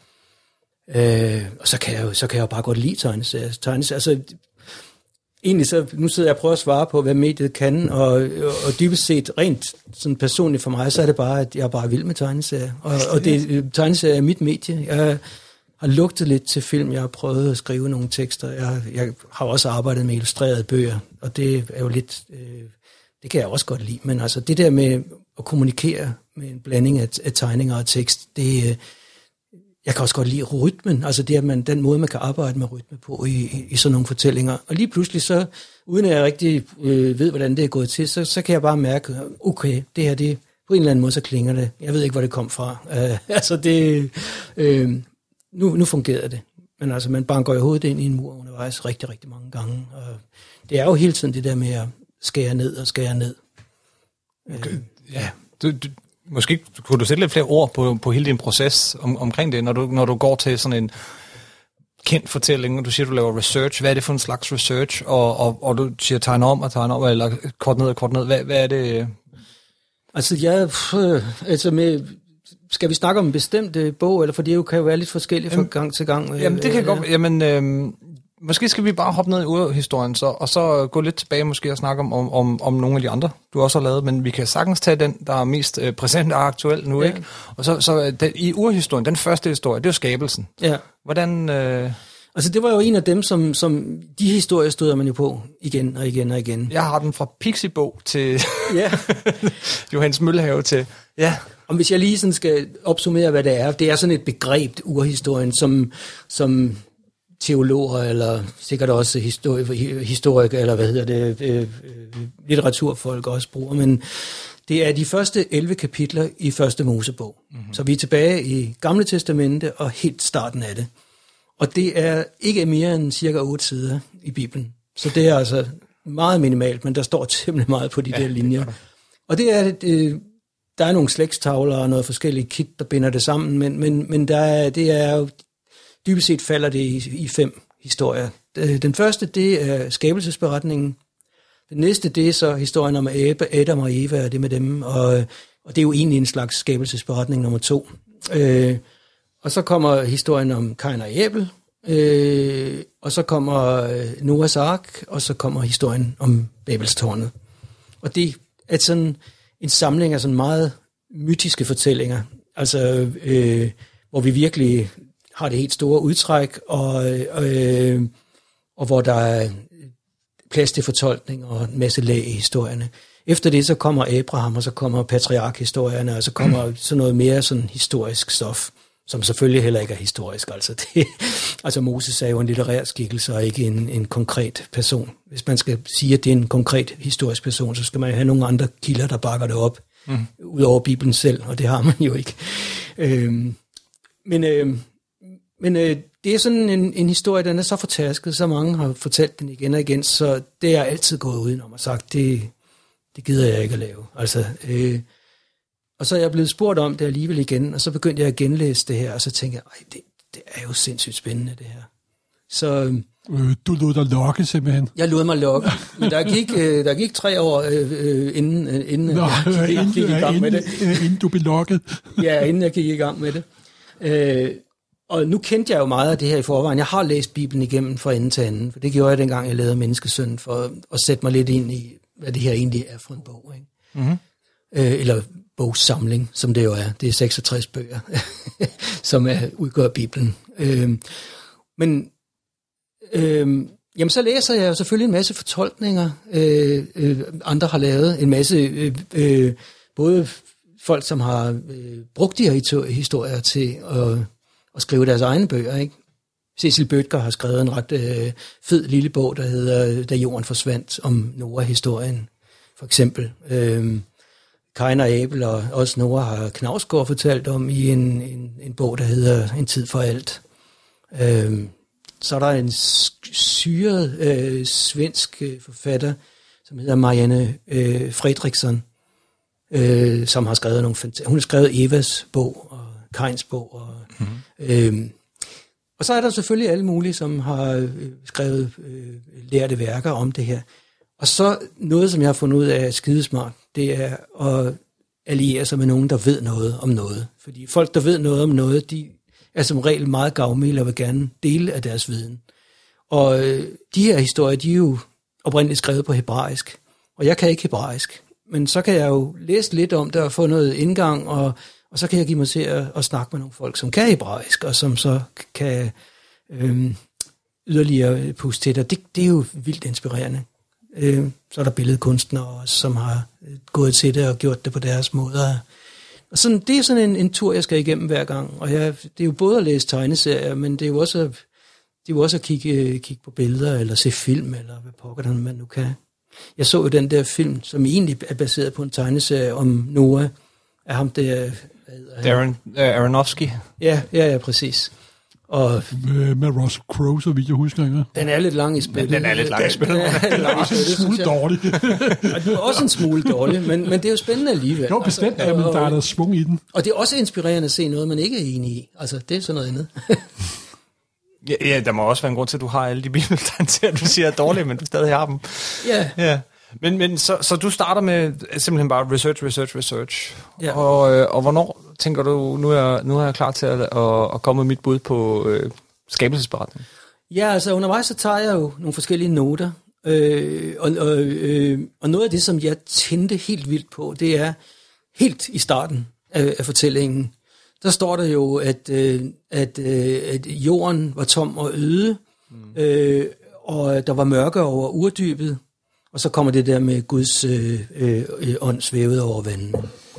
øh, og så kan, jeg jo, så kan jeg jo bare godt lide tegneserier. tegneserier altså, egentlig så, nu sidder jeg og prøver at svare på, hvad mediet kan, og, og, og dybest set, rent sådan personligt for mig, så er det bare, at jeg er bare vild med tegneserier. Og, og det, tegneserier er mit medie. Jeg har lugtet lidt til film. Jeg har prøvet at skrive nogle tekster. Jeg, jeg har også arbejdet med illustrerede bøger, og det er jo lidt, øh, det kan jeg også godt lide. Men altså det der med at kommunikere med en blanding af, af tegninger og tekst, det øh, jeg kan også godt lide rytmen, altså det, at man, den måde, man kan arbejde med rytme på i, i, i sådan nogle fortællinger. Og lige pludselig så, uden at jeg rigtig øh, ved, hvordan det er gået til, så, så kan jeg bare mærke, okay, det her, det på en eller anden måde, så klinger det. Jeg ved ikke, hvor det kom fra. Uh, altså det, øh, nu, nu fungerer det. Men altså, man banker i hovedet ind i en mur undervejs rigtig, rigtig mange gange. Og det er jo hele tiden det der med at skære ned og skære ned. Okay. Uh, ja, du... du Måske kunne du sætte lidt flere ord på, på hele din proces om, omkring det, når du, når du går til sådan en kendt fortælling, og du siger, du laver research. Hvad er det for en slags research? Og, og, og du siger, tegner om og tegner om, eller kort ned og kort ned. Hvad, hvad er det? Altså, jeg... Øh, altså med, skal vi snakke om en bestemt øh, bog, eller for det jo kan jo være lidt forskelligt fra gang til gang? Øh, jamen, det kan øh, godt... Jamen... Øh, Måske skal vi bare hoppe ned i urhistorien, så, og så gå lidt tilbage måske og snakke om, om, om, om nogle af de andre, du også har lavet, men vi kan sagtens tage den, der er mest øh, præsent og aktuel nu, ja. Ikke? Og så, så den, i urhistorien, den første historie, det er jo skabelsen. Ja. Hvordan... Øh... Altså det var jo en af dem, som, som de historier støder man jo på igen og igen og igen. Jeg har den fra Pixiebog til ja. Johannes Møllehave til... Ja. Og hvis jeg lige sådan skal opsummere, hvad det er, det er sådan et begreb, urhistorien, som... som teologer, eller sikkert også histori- historikere, eller hvad hedder det, øh, litteraturfolk også bruger, men det er de første elleve kapitler i første Mosebog. Mm-hmm. Så vi er tilbage i Gamle Testamente og helt starten af det. Og det er ikke mere end cirka otte sider i Bibelen. Så det er altså meget minimalt, men der står simpelthen meget på de ja, der linjer. Det og det er, det, der er nogle slægtstavler og noget forskellige kit, der binder det sammen, men, men, men der er, det er jo dybest set falder det i, i fem historier. Den første, det er skabelsesberetningen. Den næste, det er så historien om Adam og Eva, og det med dem, og, og det er jo egentlig en slags skabelsesberetning nummer to. Øh, og så kommer historien om Kain og Abel, øh, og så kommer Noahs ark, og så kommer historien om Babelstårnet. Og det er sådan en samling af sådan meget mytiske fortællinger, altså øh, hvor vi virkelig har det helt store udtræk, og, øh, og hvor der er plads til fortolkning og en masse lag i historierne. Efter det, så kommer Abraham, og så kommer patriarkhistorierne, og så kommer sådan noget mere sådan historisk stof, som selvfølgelig heller ikke er historisk. Altså, det, altså Moses er jo en litterær skikkelse, og ikke en, en konkret person. Hvis man skal sige, at det er en konkret historisk person, så skal man have nogle andre kilder, der bakker det op, mm. ud over Bibelen selv, og det har man jo ikke. Øhm, men... Øh, Men øh, det er sådan en, en historie, den er så fortærsket, så mange har fortalt den igen og igen, så det er jeg altid gået udenom og sagt, det, det gider jeg ikke at lave. Altså, øh, og så er jeg blevet spurgt om det alligevel igen, og så begyndte jeg at genlæse det her, og så tænkte jeg, ej, det, det er jo sindssygt spændende det her. Så, øh, du lod dig lokke simpelthen? Jeg lod mig lokke, men der gik, øh, der gik tre år øh, inden, øh, inden, Nå, jeg, jeg, jeg gik i gang inden, med det. Inden du blev lokket? Ja, inden jeg gik i gang med det. Øh, Og nu kendte jeg jo meget af det her i forvejen. Jeg har læst Bibelen igennem fra ende til anden, for det gjorde jeg dengang, jeg lavede Menneskesøn, for at sætte mig lidt ind i, hvad det her egentlig er for en bog. Ikke? Mm-hmm. Øh, eller bogsamling, som det jo er. Det er seksogtres bøger, som er, udgør Bibelen. Øh, men øh, jamen, så læser jeg jo selvfølgelig en masse fortolkninger, øh, øh, andre har lavet. En masse, øh, øh, både folk, som har øh, brugt de her historier til at og skrive deres egne bøger, ikke? Cecil Bødker har skrevet en ret øh, fed lille bog, der hedder Da jorden forsvandt, om Noah-historien, for eksempel. Øhm, Kain og Abel og også Noah har Knausgård fortalt om i en, en, en bog, der hedder En tid for alt. Øhm, så er der en syret øh, svensk øh, forfatter, som hedder Marianne øh, Fredriksson, øh, som har skrevet nogle fant- hun har skrevet Evas bog og Kains bog. Og, mm-hmm. øhm, og så er der selvfølgelig alle mulige, som har øh, skrevet øh, lærte værker om det her. Og så noget, som jeg har fundet ud af skidesmart, det er at alliere sig med nogen, der ved noget om noget. Fordi folk, der ved noget om noget, de er som regel meget gavmilde og vil gerne dele af deres viden. Og øh, de her historier, de er jo oprindeligt skrevet på hebraisk. Og jeg kan ikke hebraisk. Men så kan jeg jo læse lidt om det og få noget indgang og Og så kan jeg give mig til at, at snakke med nogle folk, som kan hebraisk, og som så kan øh, yderligere puste til det. det. Det er jo vildt inspirerende. Øh, så er der billedkunstnere, som har gået til det og gjort det på deres måder. Og sådan, det er sådan en, en tur, jeg skal igennem hver gang. Og jeg, det er jo både at læse tegneserier, men det er jo også, det er jo også at kigge, kigge på billeder, eller se film, eller hvad pokker man nu kan. Jeg så jo den der film, som egentlig er baseret på en tegneserie om Noah, af ham der... Darren uh, Aronofsky. Ja, ja, ja, præcis. Og med, med Russell Crowe, så vidt jeg husker, ikke? Den er lidt lang i spillet. Den er lidt lang i spillet. Den er lang i spillet, en smule dårlig. Og det er også en smule dårlig, men, men det er jo spændende alligevel. Jo, bestemt, altså, men der er der svung i den. Og det er også inspirerende at se noget, man ikke er enig i. Altså, det er sådan noget andet. ja, ja, der må også være en grund til, at du har alle de bibeltegneserier, du siger er dårlige, men du stadig har dem. Ja. Ja. Men, men så, så du starter med simpelthen bare research, research, research. Ja. Og, øh, og hvornår tænker du, nu er, nu er jeg klar til at, at, at komme med mit bud på øh, skabelsesberetningen? Ja, altså undervejs så tager jeg jo nogle forskellige noter. Øh, og, og, øh, og noget af det, som jeg tændte helt vildt på, det er helt i starten af, af fortællingen. Der står der jo, at, øh, at, øh, at jorden var tom og øde, mm. øh, og der var mørke over urdybet. Og så kommer det der med Guds øh, øh, ånd svævet over vandene.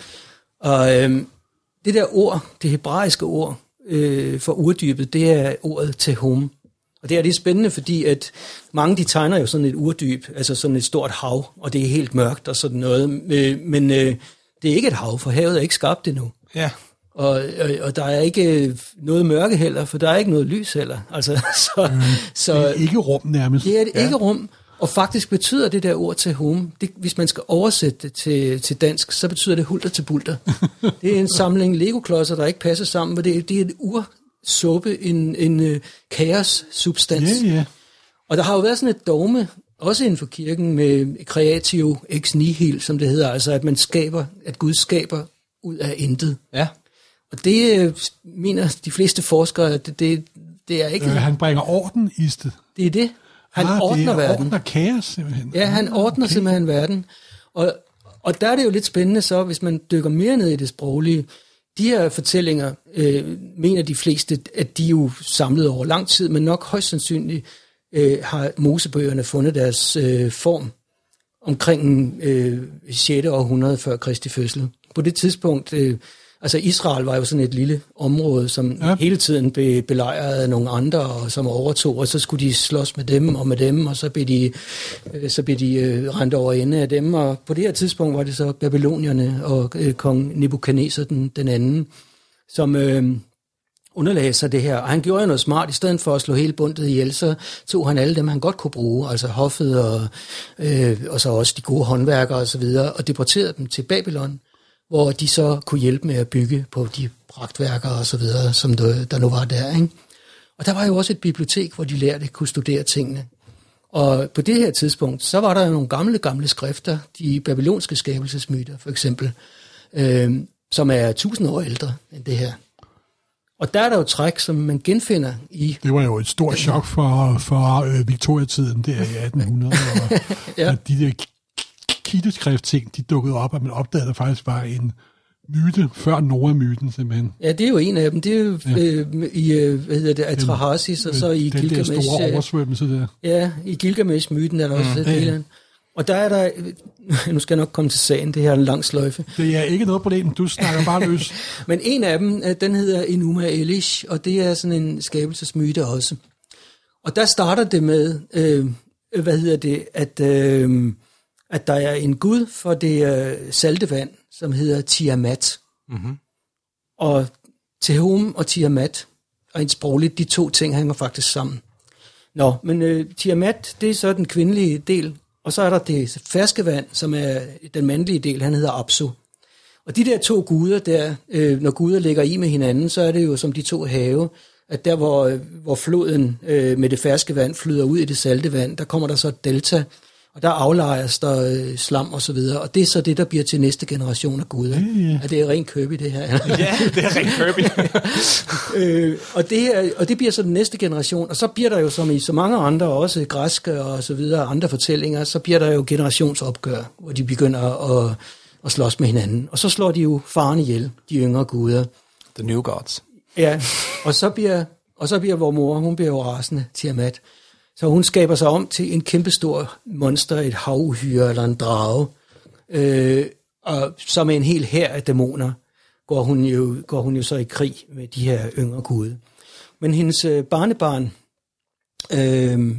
Og øh, det der ord, det hebraiske ord øh, for urdybet, det er ordet tehom. Og det er det spændende, fordi at mange de tegner jo sådan et urdyb, altså sådan et stort hav, og det er helt mørkt og sådan noget. Øh, men øh, det er ikke et hav, for havet er ikke skabt endnu. Ja. Og, og, og der er ikke noget mørke heller, for der er ikke noget lys heller. Altså, så, mm, så, det er ikke rum nærmest. Det er et ja. ikke rum. Og faktisk betyder det der ord til home, det, hvis man skal oversætte det til, til dansk, så betyder det hulter til bulter. Det er en samling Lego-klodser, der ikke passer sammen, men det, det er en ursuppe, en, en uh, kaos-substans. Yeah, yeah. Og der har jo været sådan et dogme, også inden for kirken, med creatio ex nihil, som det hedder, altså at man skaber, at Gud skaber ud af intet. Ja. Og det mener de fleste forskere, at det, det, det er ikke... Øh, han bringer orden i det. Det er det. Han ah, ordner det verden. ordner kaos, simpelthen. Ja, han ordner okay. simpelthen verden. Og, og der er det jo lidt spændende så, hvis man dykker mere ned i det sproglige. De her fortællinger, øh, mener de fleste, at de er jo samlet over lang tid, men nok højst sandsynligt øh, har Mosebøgerne fundet deres øh, form omkring øh, sjette århundrede før Kristi fødsel. På det tidspunkt... Øh, Altså Israel var jo sådan et lille område, som ja. hele tiden blev belejret af nogle andre, og som overtog, og så skulle de slås med dem og med dem, og så blev de, så blev de øh, rendt over ende af dem. Og på det her tidspunkt var det så babylonierne og øh, kong Nebukadnesar den, den anden, som øh, underlagde sig det her. Og han gjorde jo noget smart. I stedet for at slå hele bundet ihjel, så tog han alle dem, han godt kunne bruge, altså hoffet og, øh, og så også de gode håndværkere osv., og, og deporterede dem til Babylon, hvor de så kunne hjælpe med at bygge på de pragtværker og så videre, som der, der nu var der, ikke? Og der var jo også et bibliotek, hvor de lærte kunne studere tingene. Og på det her tidspunkt, så var der jo nogle gamle, gamle skrifter, de babylonske skabelsesmyter for eksempel, øh, som er tusind år ældre end det her. Og der er der jo træk, som man genfinder i... Det var jo et stort chok for, for øh, Victoria-tiden, der i atten hundrede, og, ja. og de der kildeskrift-ting, de dukkede op, og man opdagede, at der faktisk var en myte, før Noah-myten simpelthen. Ja, det er jo en af dem. Det er jo ja. øh, i, øh, hvad hedder det, Atrahasis, og så i den Gilgamesh. Den der store oversvømmelse der. Ja, i Gilgamesh-myten er der også mm, det. Ja. Og der er der, nu skal jeg nok komme til sagen, det her er en lang sløjfe. Det er ikke noget problem, du snakker bare løs. Men en af dem, den hedder Enuma Elish, og det er sådan en skabelsesmyte også. Og der starter det med, øh, hvad hedder det, at... Øh, at der er en gud for det øh, salte vand, som hedder Tiamat. Mm-hmm. Og Tehom og Tiamat, og en sprogligt, de to ting hænger faktisk sammen. Nå, men øh, Tiamat, det er så den kvindelige del, og så er der det ferske vand, som er den mandlige del, han hedder Apsu. Og de der to guder der, øh, når guder ligger i med hinanden, så er det jo som de to have, at der hvor, hvor floden øh, med det ferske vand flyder ud i det salte vand, der kommer der så et delta, og der aflejes der øh, slam og så videre, og det er så det, der bliver til næste generation af guder. Yeah, yeah. Er det er rent Kirby, det her? Ja, det er rent Kirby. øh, og, det er, og det bliver så den næste generation, og så bliver der jo, som i så mange andre, også græske og så videre, andre fortællinger, så bliver der jo generationsopgør, hvor de begynder at, og slås med hinanden. Og så slår de jo faren ihjel, de yngre guder. The New Gods. Ja, og så bliver, og så bliver vor mor, hun bliver jo rasende, Tiamat. Så hun skaber sig om til en kæmpestor monster, et havuhyre eller en drage. Øh, og så med en hel hær af dæmoner går hun, jo, går hun jo så i krig med de her yngre guder. Men hendes øh, barnebarn, øh,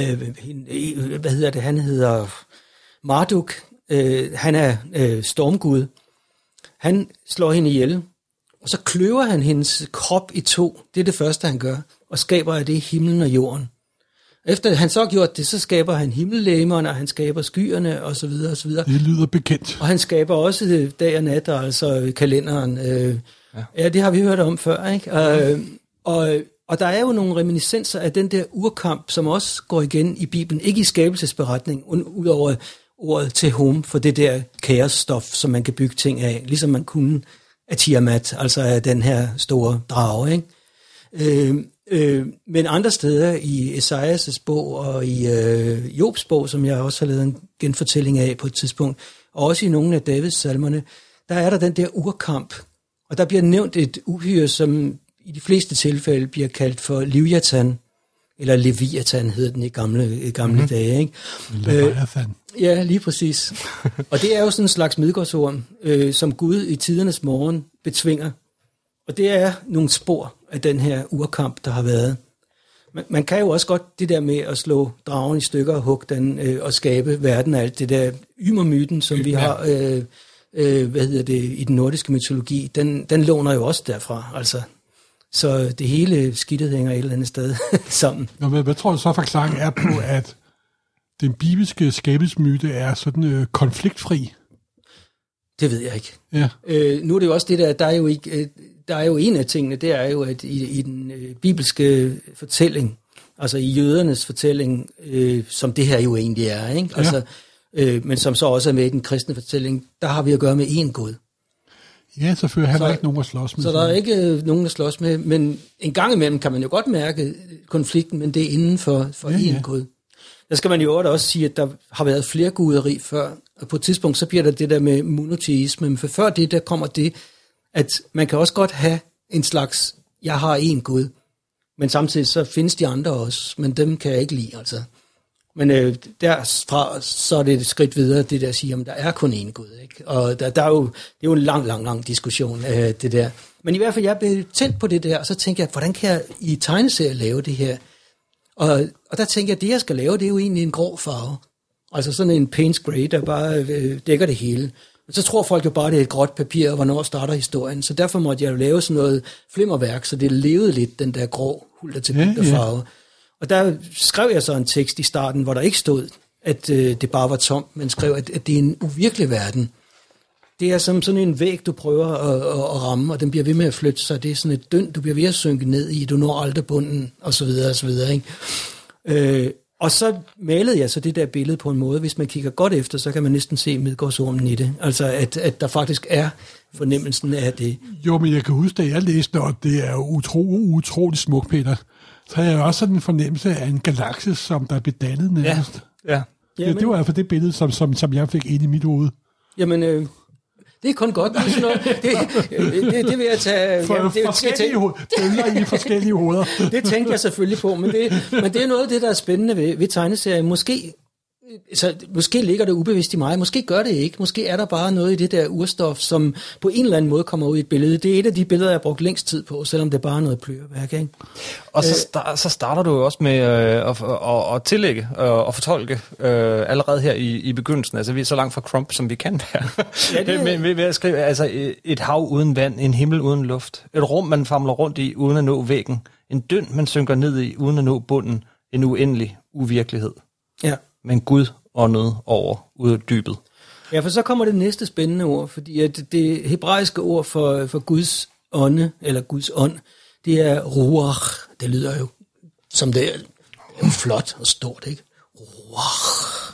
øh, hvad hedder det, han hedder Marduk, øh, han er øh, stormgud. Han slår hende ihjel, og så kløver han hendes krop i to. Det er det første, han gør, og skaber af det himlen og jorden. Efter han så har gjort det, så skaber han himmellegemerne, og han skaber skyerne, og så videre, og så videre. Det lyder bekendt. Og han skaber også dag og nat, altså kalenderen. Øh, ja. ja, det har vi hørt om før, ikke? Øh, og, og der er jo nogle reminiscenser af den der urkamp, som også går igen i Bibelen. Ikke i skabelsesberetning, udover ordet Tehom, for det der kaosstof, som man kan bygge ting af, ligesom man kunne af Tiamat, altså af den her store drage, ikke? Øh, øh, men andre steder i Esajas' bog og i øh, Jobs bog, som jeg også har lavet en genfortælling af på et tidspunkt, og også i nogle af Davids salmerne, der er der den der urkamp, og der bliver nævnt et uhyre, som i de fleste tilfælde bliver kaldt for Leviathan, eller Leviathan hed den i gamle, gamle mm-hmm. dage, ikke? Leviathan. Øh, ja, lige præcis. Og det er jo sådan en slags midgårdsorm, øh, som Gud i tidernes morgen betvinger. Og det er nogle spor af den her urkamp, der har været. Man, man kan jo også godt det der med at slå dragen i stykker og hugge den øh, og skabe verden af alt det der ymermyten, som vi har øh, øh, hvad hedder det, i den nordiske mytologi, den, den låner jo også derfra. Altså. Så det hele skidtet hænger et eller andet sted sammen. Nå, hvad, hvad tror du så forklaringen er på, at den bibelske skabelsesmyte er sådan øh, konfliktfri? Det ved jeg ikke. Ja. Øh, nu er det jo også det der, der er jo ikke, øh, der er jo en af tingene, det er jo, at i, i den øh, bibelske fortælling, altså i jødernes fortælling, øh, som det her jo egentlig er, ikke? Altså, ja. øh, men som så også er med i den kristne fortælling, der har vi at gøre med én Gud. Ja, selvfølgelig har der ikke nogen at slås med. Så der er ikke øh, nogen at slås med, men en gang imellem kan man jo godt mærke konflikten, men det er inden for, for ja, én ja. Gud. Der skal man jo også sige, at der har været flere guderi før, og på et tidspunkt så bliver der det der med monoteisme, men for før det, der kommer det, at man kan også godt have en slags, jeg har én Gud, men samtidig så findes de andre også, men dem kan jeg ikke lide, altså. Men øh, derfra, så er det et skridt videre, det der siger, at der er kun én Gud, ikke? Og der, der er jo, det er jo en lang, lang, lang diskussion, øh, det der. Men i hvert fald, jeg blev tændt på det der, og så tænker jeg, hvordan kan jeg i tegneserier lave det her? Og, og der tænker jeg, at det jeg skal lave, det er jo egentlig en grå farve. Altså sådan en Payne's Grey, der bare øh, dækker det hele. Og så tror folk jo bare, det er et gråt papir, og hvornår starter historien. Så derfor måtte jeg jo lave sådan noget flimmerværk, så det levede lidt, den der grå, hulter til ja, farve. Ja. Og der skrev jeg så en tekst i starten, hvor der ikke stod, at øh, det bare var tomt, men skrev, at, at det er en uvirkelig verden. Det er som sådan en væg, du prøver at, at, at ramme, og den bliver ved med at flytte sig. Det er sådan et dynd, du bliver ved at synke ned i, du når aldrig bunden, og så videre, og så videre, ikke? Øh, og så malede jeg så det der billede på en måde, hvis man kigger godt efter, så kan man næsten se Midgårdsormen i det. Altså, at, at der faktisk er fornemmelsen af det. Jo, men jeg kan huske, at jeg læste, og det er jo utro, utroligt smukt, Peter. Så har jeg også sådan en fornemmelse af en galakse, som der blev dannet nærmest. Ja, ja. ja det var i hvert fald det billede, som, som, som jeg fik ind i mit hoved. Jamen, øh, det er kun godt. Det, er sådan noget, det, det, det vil jeg tage... For, jamen, det, forskellige hoveder, i forskellige hoveder. Det tænkte jeg selvfølgelig på, men det, men det er noget af det, der er spændende ved, ved tegneserien. Måske... Så måske ligger det ubevidst i mig, måske gør det ikke, måske er der bare noget i det der urstof, som på en eller anden måde kommer ud i et billede. Det er et af de billeder, jeg har brugt længst tid på, selvom det er bare noget pløreværk, ikke? Og så, start, så starter du jo også med øh, at, at, at tillægge øh, og fortolke øh, allerede her i, i begyndelsen. Altså vi er så langt fra Crump, som vi kan være. Ja, det er... ved, ved at skrive, altså et hav uden vand, en himmel uden luft, et rum, man famler rundt i, uden at nå væggen, en dynd, man synker ned i, uden at nå bunden, en uendelig uvirkelighed. Ja. Men Gud åndede over ud af dybet. Ja, for så kommer det næste spændende ord, fordi at det hebraiske ord for, for Guds ånde, eller Guds ånd, det er ruach. Det lyder jo som det er, det er flot og stort, ikke? Ruach.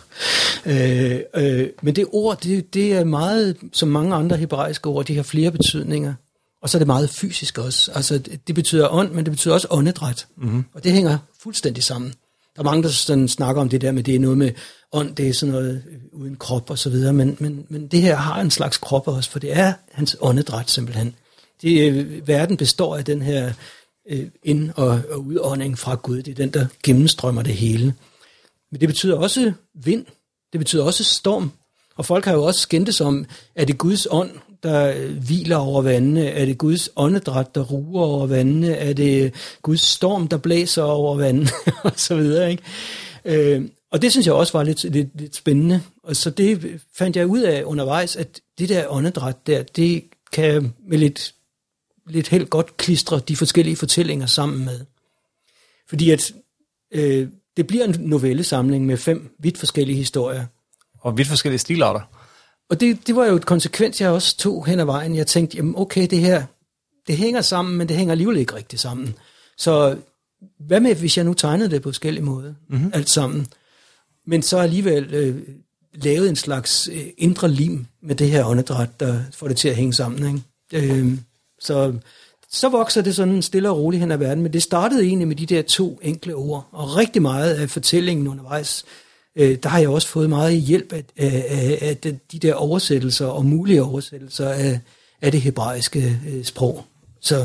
Øh, øh, men det ord, det, det er meget, som mange andre hebraiske ord, de har flere betydninger. Og så er det meget fysisk også. Altså, det betyder ånd, men det betyder også åndedræt. Mm-hmm. Og det hænger fuldstændig sammen. Der er mange, der sådan snakker om det der med, det er noget med ånd, det er sådan noget uden krop og så videre, men, men, men det her har en slags krop også, for det er hans åndedræt simpelthen. Det, verden består af den her øh, ind- og, og udånding fra Gud. Det er den, der gennemstrømmer det hele. Men det betyder også vind. Det betyder også storm. Og folk har jo også skændtes om, er det Guds ånd, der hviler over vandene? Er det Guds åndedræt, der ruer over vandene? Er det Guds storm, der blæser over vandene? og så videre, ikke? Øh, og det synes jeg også var lidt, lidt, lidt spændende. Og så det fandt jeg ud af undervejs, at det der åndedræt der, det kan med lidt, lidt helt godt klistre de forskellige fortællinger sammen med. Fordi at øh, det bliver en novellesamling med fem vidt forskellige historier. Og vidt forskellige stilarter. Og det, det var jo et konsekvens, jeg også tog hen ad vejen. Jeg tænkte, jamen okay, det her, det hænger sammen, men det hænger alligevel ikke rigtig sammen. Så hvad med, hvis jeg nu tegnede det på forskellige måder, mm-hmm. alt sammen, men så alligevel øh, lavet en slags øh, indre lim med det her åndedræt, der får det til at hænge sammen, ikke? Øh, så, så vokser det sådan stille og roligt hen ad verden, men det startede egentlig med de der to enkle ord, og rigtig meget af fortællingen undervejs, øh, der har jeg også fået meget hjælp af, af, af, af de der oversættelser og mulige oversættelser af, af det hebraiske øh, sprog. Så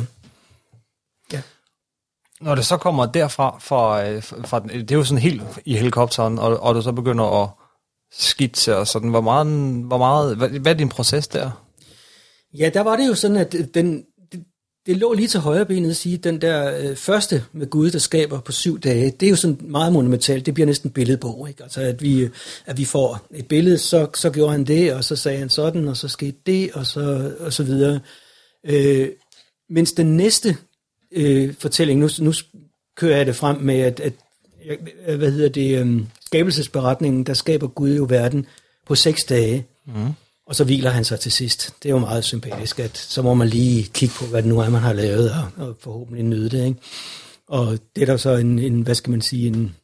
ja. Når det så kommer derfra, fra, fra, det er jo sådan helt i helikopteren, og, og du så begynder at skitse og sådan, hvor meget, hvor meget, hvad, hvad er din proces der? Ja, der var det jo sådan, at den, det, det lå lige til højre benet at sige, den der øh, første med Gud, der skaber på syv dage, det er jo sådan meget monumentalt, det bliver næsten billedbog, ikke? Altså at vi, at vi får et billede, så, så gjorde han det, og så sagde han sådan, og så skete det, og så, og så videre. Øh, mens den næste øh, fortælling, nu, nu kører jeg det frem med, at, at hvad hedder det, øh, skabelsesberetningen, der skaber Gud jo verden på seks dage, mm. og så hviler han sig til sidst. Det er jo meget sympatisk, at så må man lige kigge på, hvad det nu er, man har lavet, og, og forhåbentlig nyde det, ikke? Og det er der så en, en hvad skal man sige, en,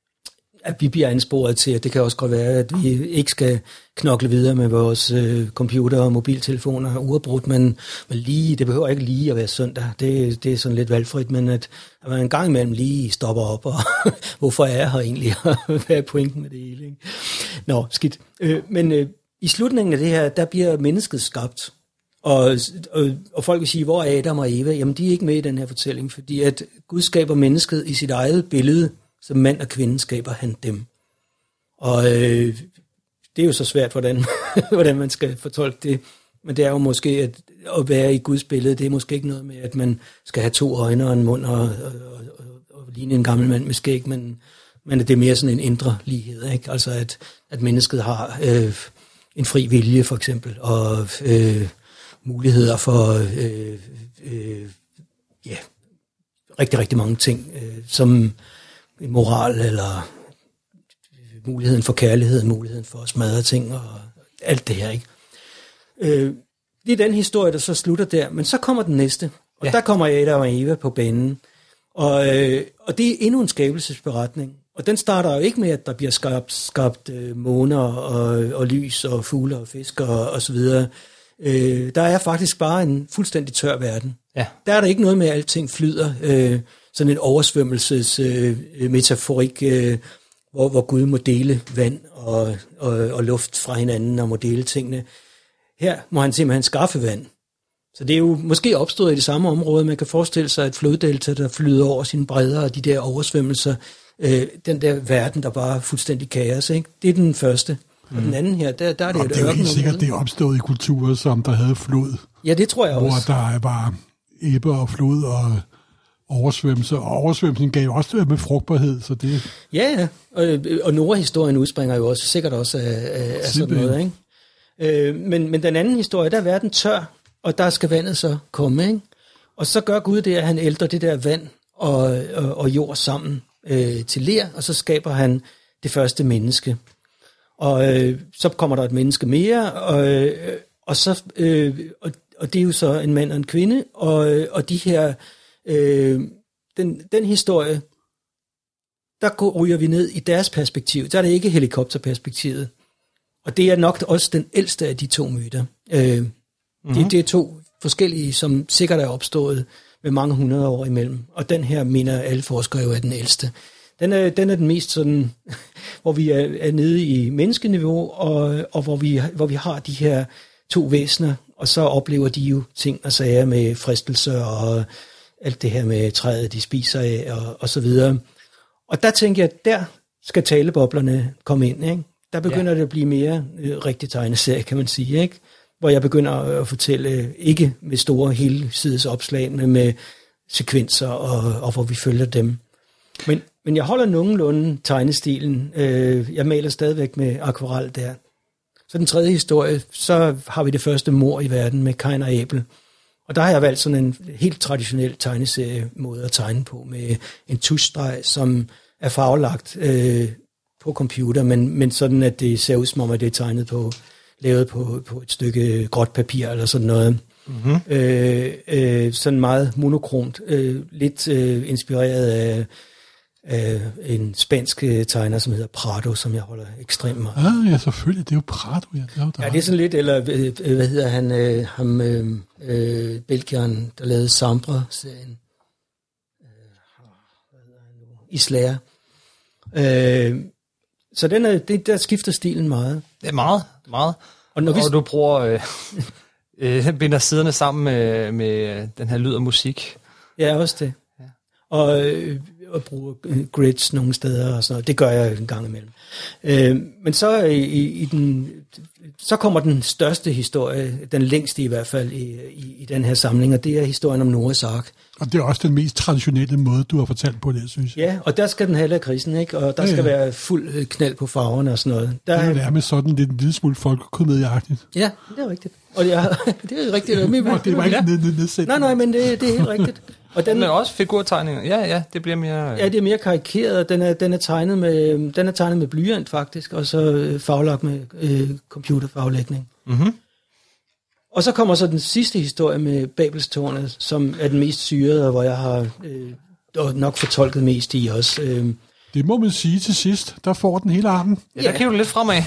at vi bliver ansporet til, at det kan også godt være, at vi ikke skal knokle videre med vores øh, computer og mobiltelefoner uafbrudt, men, men lige, det behøver ikke lige at være søndag. Det, det er sådan lidt valgfrit, men at, at man en gang imellem lige stopper op, og hvorfor er jeg her egentlig, hvad er pointen med det hele, ikke? Nå, skidt. Øh, men øh, i slutningen af det her, der bliver mennesket skabt, og, og, og folk vil sige, hvor er Adam og Eva? Jamen, de er ikke med i den her fortælling, fordi at Gud skaber mennesket i sit eget billede, som mand og kvinde skaber han dem. Og øh, det er jo så svært, hvordan, hvordan man skal fortolke det. Men det er jo måske, at, at være i Guds billede, det er måske ikke noget med, at man skal have to øjne og en mund og, og, og, og, og ligne en gammel mand med skæg, men, men det er mere sådan en indre lighed, ikke? Altså at, at mennesket har øh, en fri vilje for eksempel, og øh, muligheder for øh, øh, ja, rigtig, rigtig mange ting, øh, som moral, eller muligheden for kærlighed, muligheden for at smadre ting, og alt det her, ikke? Øh, det er den historie, der så slutter der, men så kommer den næste, og ja. Der kommer Adam og Eva på banen, og, øh, og det er endnu en skabelsesberetning, og den starter jo ikke med, at der bliver skabt, skabt øh, måner, og, og lys, og fugle, og fisk, og, og så videre. Øh, der er faktisk bare en fuldstændig tør verden. Ja. Der er der ikke noget med, at alting flyder, øh, sådan en oversvømmelses øh, metaforik, øh, hvor, hvor Gud må dele vand og, og, og luft fra hinanden og må dele tingene. Her må han simpelthen skaffe vand. Så det er jo måske opstået i det samme område. Man kan forestille sig et floddelta, der flyder over sine bredder, og de der oversvømmelser, øh, den der verden, der bare er fuldstændig kaos, ikke? Det er den første. Og mm. den anden her, der, der er det og et det er jo helt sikkert, område. det er opstået i kulturer, som der havde flod. Ja, det tror jeg hvor også. Hvor der var ebbe og flod og oversvømmelse, og oversvømmelsen gav også med frugtbarhed, så det... Ja, ja, og, og Noah-historien udspringer jo også sikkert også af, af sådan noget, ikke? Øh, men, men den anden historie, der er verden tør, og der skal vandet så komme, ikke? Og så gør Gud det, at han ælter det der vand og, og, og jord sammen øh, til ler, og så skaber han det første menneske. Og øh, så kommer der et menneske mere, og, øh, og, så, øh, og, og det er jo så en mand og en kvinde, og, og de her... Øh, den, den historie, der går, ryger vi ned i deres perspektiv. Der er det ikke helikopterperspektivet. Og det er nok også den ældste af de to myter. Øh, mm-hmm. det, det er to forskellige, som sikkert er opstået med mange hundrede år imellem. Og den her mener alle forskere jo er den ældste. Den er, den er den mest sådan, hvor vi er, er nede i menneskeniveau, og, og hvor, vi, hvor vi har de her to væsener, og så oplever de jo ting og sager med fristelser og alt det her med træet, de spiser af, og, og så videre. Og der tænker jeg, at der skal taleboblerne komme ind, ikke? Der begynder ja. det at blive mere øh, rigtig tegneserie, kan man sige, ikke? Hvor jeg begynder at fortælle, ikke med store helsides opslag, men med sekvenser, og, og hvor vi følger dem. Men, men jeg holder nogenlunde tegnestilen. Øh, jeg maler stadigvæk med akvarel der. Så den tredje historie, så har vi det første mord i verden med Kain og Abel. Og der har jeg valgt sådan en helt traditionel tegneserie-måde at tegne på, med en tusstreg, som er farvelagt øh, på computer, men, men sådan, at det ser ud som om, at det er tegnet på, lavet på, på et stykke gråt papir eller sådan noget. Mm-hmm. Øh, øh, sådan meget monokromt, øh, lidt øh, inspireret af, af en spansk tegner, som hedder Prado, som jeg holder ekstremt meget. Ah, ja, selvfølgelig, det er jo Prado. Ja, det er, jo ja, det er sådan lidt, eller øh, hvad hedder han, øh, ham, øh, øh, belgieren, der lavede Sambre-serien. Islære. Øh, så den er, det, der skifter stilen meget. Det er meget, meget. Og, når vi... og du bruger, øh, øh, binder siderne sammen med, med den her lyd og musik. Ja, også det. Ja. Og, øh, og bruger grids nogle steder og sådan noget. Det gør jeg en gang imellem. Øh, men så i, i den, så kommer den største historie, den længste i hvert fald i, i, i den her samling, og det er historien om Noahs ark. Og det er også den mest traditionelle måde, du har fortalt på det, synes jeg. Ja, og der skal den have krisen, ikke? Og der ja, ja. skal være fuld knald på farverne og sådan noget. Der det er nærmest sådan lidt en lille smule folkekomedieagtigt. Ja, det er rigtigt. Og det er, det er rigtigt. Det, er, det var ikke ned, nedsættende. Nej, nej, men det, det er helt rigtigt. Og den er også figurtegninger. Ja, ja, det bliver mere... Ja, det er mere karikeret. Den er, den er, tegnet, med, den er tegnet med blyant, faktisk, og så faglagt med øh, computerfaglægning. Mhm. Og så kommer så den sidste historie med Babelstårnet, som er den mest syrede, og hvor jeg har øh, nok fortolket mest i også. Øh. Det må man sige til sidst. Der får den hele armen. Ja, der kigger du lidt fremad.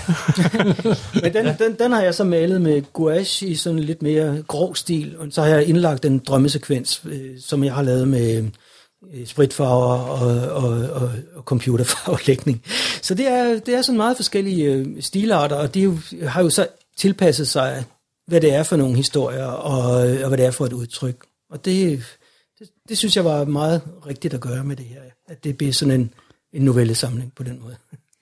Men den, den, den har jeg så malet med gouache i sådan lidt mere grov stil, og så har jeg indlagt en drømmesekvens, øh, som jeg har lavet med øh, spritfarver og, og, og, og computerfarvelægning. Så det er, det er sådan meget forskellige øh, stilarter, og de jo, har jo så tilpasset sig, hvad det er for nogle historier, og, og hvad det er for et udtryk. Og det, det, det synes jeg var meget rigtigt at gøre med det her, at det bliver sådan en, en novellesamling på den måde.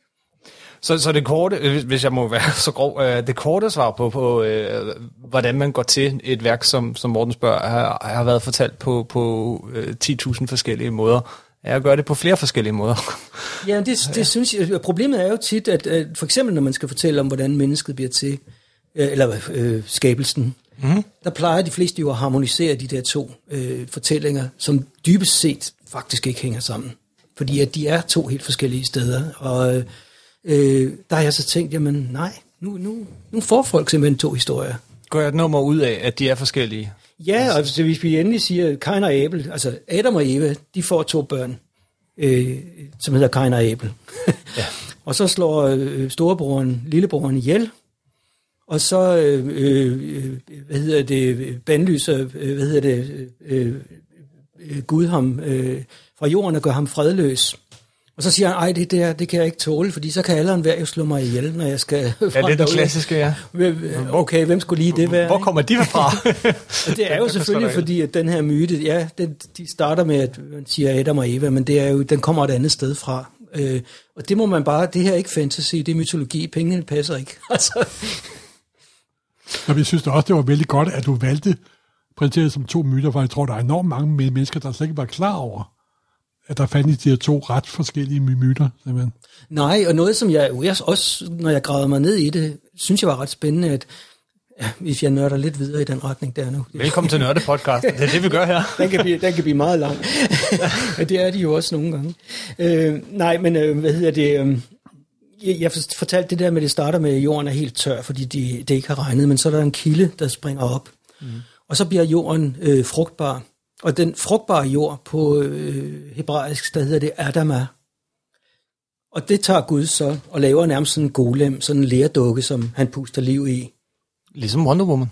Så, så det korte, hvis jeg må være så grov, det korte svar på, på øh, hvordan man går til et værk, som, som Morten spørger, har, har været fortalt på, på øh, ti tusind forskellige måder. Jeg gør det på flere forskellige måder. Ja, det, det synes jeg. Problemet er jo tit, at, at for eksempel når man skal fortælle om, hvordan mennesket bliver til, eller øh, skabelsen, mm-hmm. der plejer de fleste jo at harmonisere de der to øh, fortællinger, som dybest set faktisk ikke hænger sammen. Fordi at de er to helt forskellige steder. Og øh, der har jeg så tænkt, jamen nej, nu, nu, nu får folk simpelthen to historier. Gør jeg et nummer ud af, at de er forskellige? Ja, og så hvis vi endelig siger Kain og Abel, altså Adam og Eva, de får to børn, øh, som hedder Kain og Abel. Ja. Og så slår øh, storebroren lillebroren ihjel. Og så, øh, øh, hvad hedder det, bandlyser, øh, hvad hedder det, øh, øh, Gud ham øh, fra jorden og gør ham fredløs. Og så siger han, ej, det der, det kan jeg ikke tåle, fordi så kan alle og enhver jo slå mig ihjel, når jeg skal... Ja, det er det klassiske, ja. Okay, hvem skulle lige det være? Hvor kommer de fra? Og det er jo selvfølgelig, fordi at den her myte, ja, det, de starter med, at man siger Adam og Eva, men det er jo, den kommer et andet sted fra. Øh, og det må man bare, det her er ikke fantasy, det er mytologi, pengene passer ikke. Altså... Og jeg synes da også, det var vældig godt, at du valgte præsenteret som to myter, for jeg tror, der er enormt mange mennesker, der slet ikke var klar over, at der fandtes de her to ret forskellige myter. Simpelthen. Nej, og noget, som jeg, jeg også, når jeg gravede mig ned i det, synes jeg var ret spændende, at ja, hvis jeg nørder lidt videre i den retning der nu. Velkommen til Nørde-podcast. Det er det, vi gør her. den, kan blive, den kan blive meget lang. Det er de jo også nogle gange. Øh, nej, men øh, hvad hedder det... Øh, Jeg fortalte det der med, at det starter med, at jorden er helt tør, fordi de, det ikke har regnet, men så er der en kilde, der springer op. Mm. Og så bliver jorden øh, frugtbar. Og den frugtbare jord på øh, hebraisk, der hedder det Adama. Og det tager Gud så og laver nærmest sådan en golem, sådan en lerdukke, som han puster liv i. Ligesom Wonder Woman.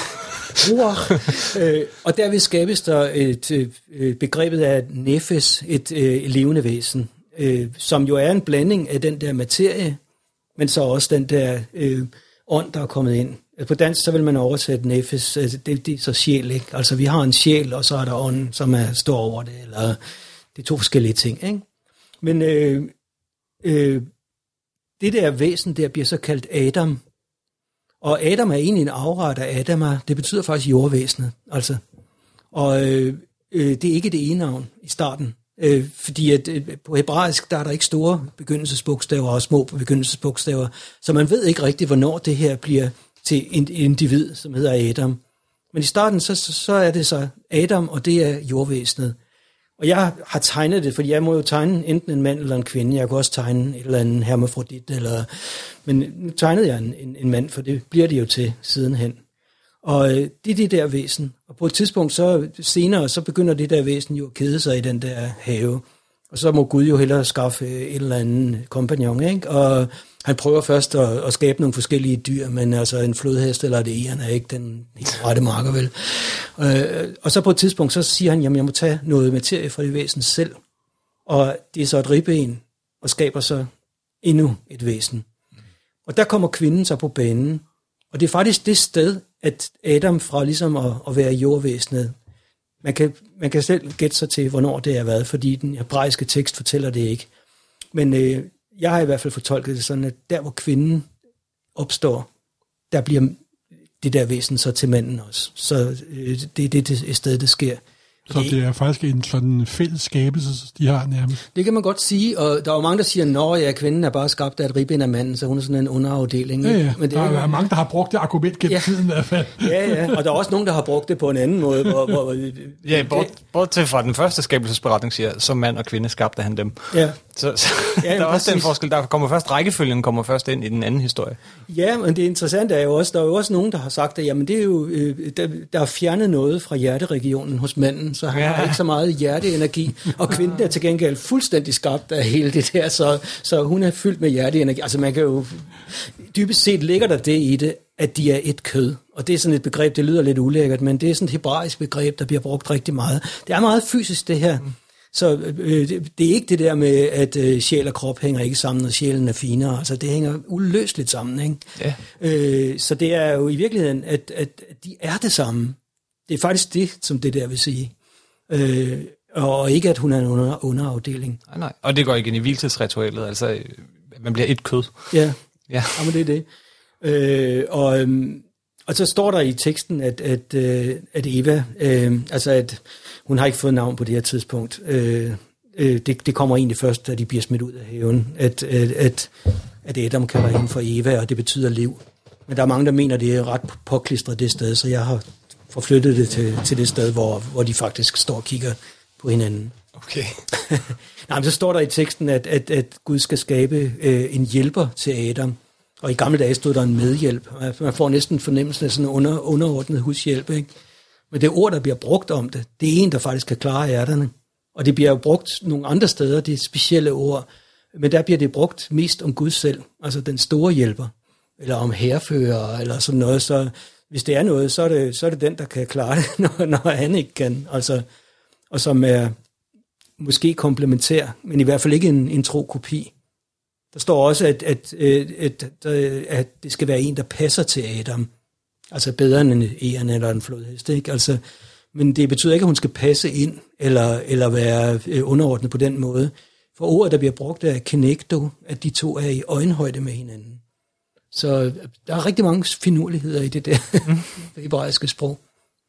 øh, og derved skabes der et øh, begrebet af nefes, et øh, levende væsen. øh, som jo er en blanding af den der materie, men så også den der øh, ånd, der er kommet ind. På dansk, så vil man oversætte nefes, altså det, det er så sjæl, ikke? Altså vi har en sjæl, og så er der ånden, som er, står over det, eller det er to forskellige ting, ikke? Men øh, øh, det der væsen der bliver så kaldt Adam, og Adam er egentlig en afret af Adama, det betyder faktisk jordvæsenet, altså. Og øh, øh, det er ikke det ene navn i starten, øh, fordi at, øh, på hebraisk, der er der ikke store begyndelsesbogstaver og små begyndelsesbogstaver, så man ved ikke rigtigt, hvornår det her bliver til en individ, som hedder Adam. Men i starten, så, så er det så Adam, og det er jordvæsenet. Og jeg har tegnet det, fordi jeg må jo tegne enten en mand eller en kvinde. Jeg kan også tegne et eller andet hermafrodit, eller... men nu tegnede jeg en, en, en mand, for det bliver det jo til sidenhen. Og øh, det er det der væsen. Og på et tidspunkt, så senere, så begynder det der væsen jo at kede sig i den der have. Og så må Gud jo hellere skaffe et eller andet kompagnon, ikke? Og han prøver først at, at skabe nogle forskellige dyr, men altså en flodhest eller et egern er ikke den helt rette marker, vel? Øh, og så på et tidspunkt, så siger han, jamen jeg må tage noget materie fra det væsen selv. Og det er så et ribben, og skaber så endnu et væsen. Og der kommer kvinden så på banen. Og det er faktisk det sted, at Adam fra ligesom at, at være jordvæsenet, man kan, man kan selv gætte sig til, hvornår det har været, fordi den hebraiske tekst fortæller det ikke. Men øh, jeg har i hvert fald fortolket det sådan, at der hvor kvinden opstår, der bliver det der væsen så til manden også. Så øh, det er det, det sted, det sker. Så det er faktisk en sådan fælles skabelse, de har nærmest. Det kan man godt sige, og der er jo mange, der siger, nå ja, kvinden er bare skabt af et ribben af manden, så hun er sådan en underafdeling. Ja, ja. Men det der er, er mange, der har brugt det argument gennem ja. tiden i hvert fald. Ja, ja, og der er også nogen, der har brugt det på en anden måde. Hvor, hvor, ja, bort, bort til fra den første skabelsesberetning siger, som mand og kvinde skabte han dem. Ja. Så, så ja, der er også den forskel, der kommer først, rækkefølgen kommer først ind i den anden historie. Ja, men det interessante er jo også, der er jo også nogen, der har sagt, at jamen, det er jo, der, der er fjernet noget fra hjerteregionen hos manden, så han ja. har ikke så meget hjerteenergi, og kvinden er til gengæld fuldstændig skabt af hele det der, så, så hun er fyldt med hjerteenergi. Altså man kan jo, dybest set ligger der det i det, at de er et kød, og det er sådan et begreb, det lyder lidt ulækkert, men det er sådan et hebraisk begreb, der bliver brugt rigtig meget. Det er meget fysisk det her, så øh, det, det er ikke det der med, at øh, sjæl og krop hænger ikke sammen, og sjælen er finere, altså det hænger uløseligt sammen, ikke? Ja. Øh, så det er jo i virkeligheden, at, at de er det samme. Det er faktisk det, som det der vil sige. Øh, og ikke, at hun er en under, underafdeling. Nej, nej. Og det går igen i hviletidsritualet, altså man bliver et kød. Ja, ja. ja men det er det. Øh, og, og så står der i teksten, at, at, at Eva, øh, altså at hun har ikke fået navn på det her tidspunkt. Øh, det, det kommer egentlig først, da de bliver smidt ud af haven, at, at, at Adam kalder hende for Eva, og det betyder liv. Men der er mange, der mener, det er ret påklistret det sted, så jeg har forflyttet det til, til det sted, hvor, hvor de faktisk står og kigger på hinanden. Okay. Nej, men så står der i teksten, at, at, at Gud skal skabe øh, en hjælper til Adam. Og i gamle dage stod der en medhjælp. Man får næsten fornemmelsen af sådan en under, underordnet hushjælp, ikke? Men det ord, der bliver brugt om det, det er en, der faktisk kan klare ærterne. Og det bliver jo brugt nogle andre steder, det er specielle ord. Men der bliver det brugt mest om Gud selv, altså den store hjælper. Eller om hærfører, eller sådan noget. Så hvis det er noget, så er det, så er det den, der kan klare det, når, når han ikke kan. Altså, og som er måske komplementær, men i hvert fald ikke en, en tro kopi. Der står også, at, at, at, at, at det skal være en, der passer til Adam. Altså bedre end en egern eller en flodhest, ikke? Altså, men det betyder ikke, at hun skal passe ind, eller, eller være underordnet på den måde. For ordet, der bliver brugt, er kenegdo, at de to er i øjenhøjde med hinanden. Så der er rigtig mange finurligheder i det der hebraiske sprog.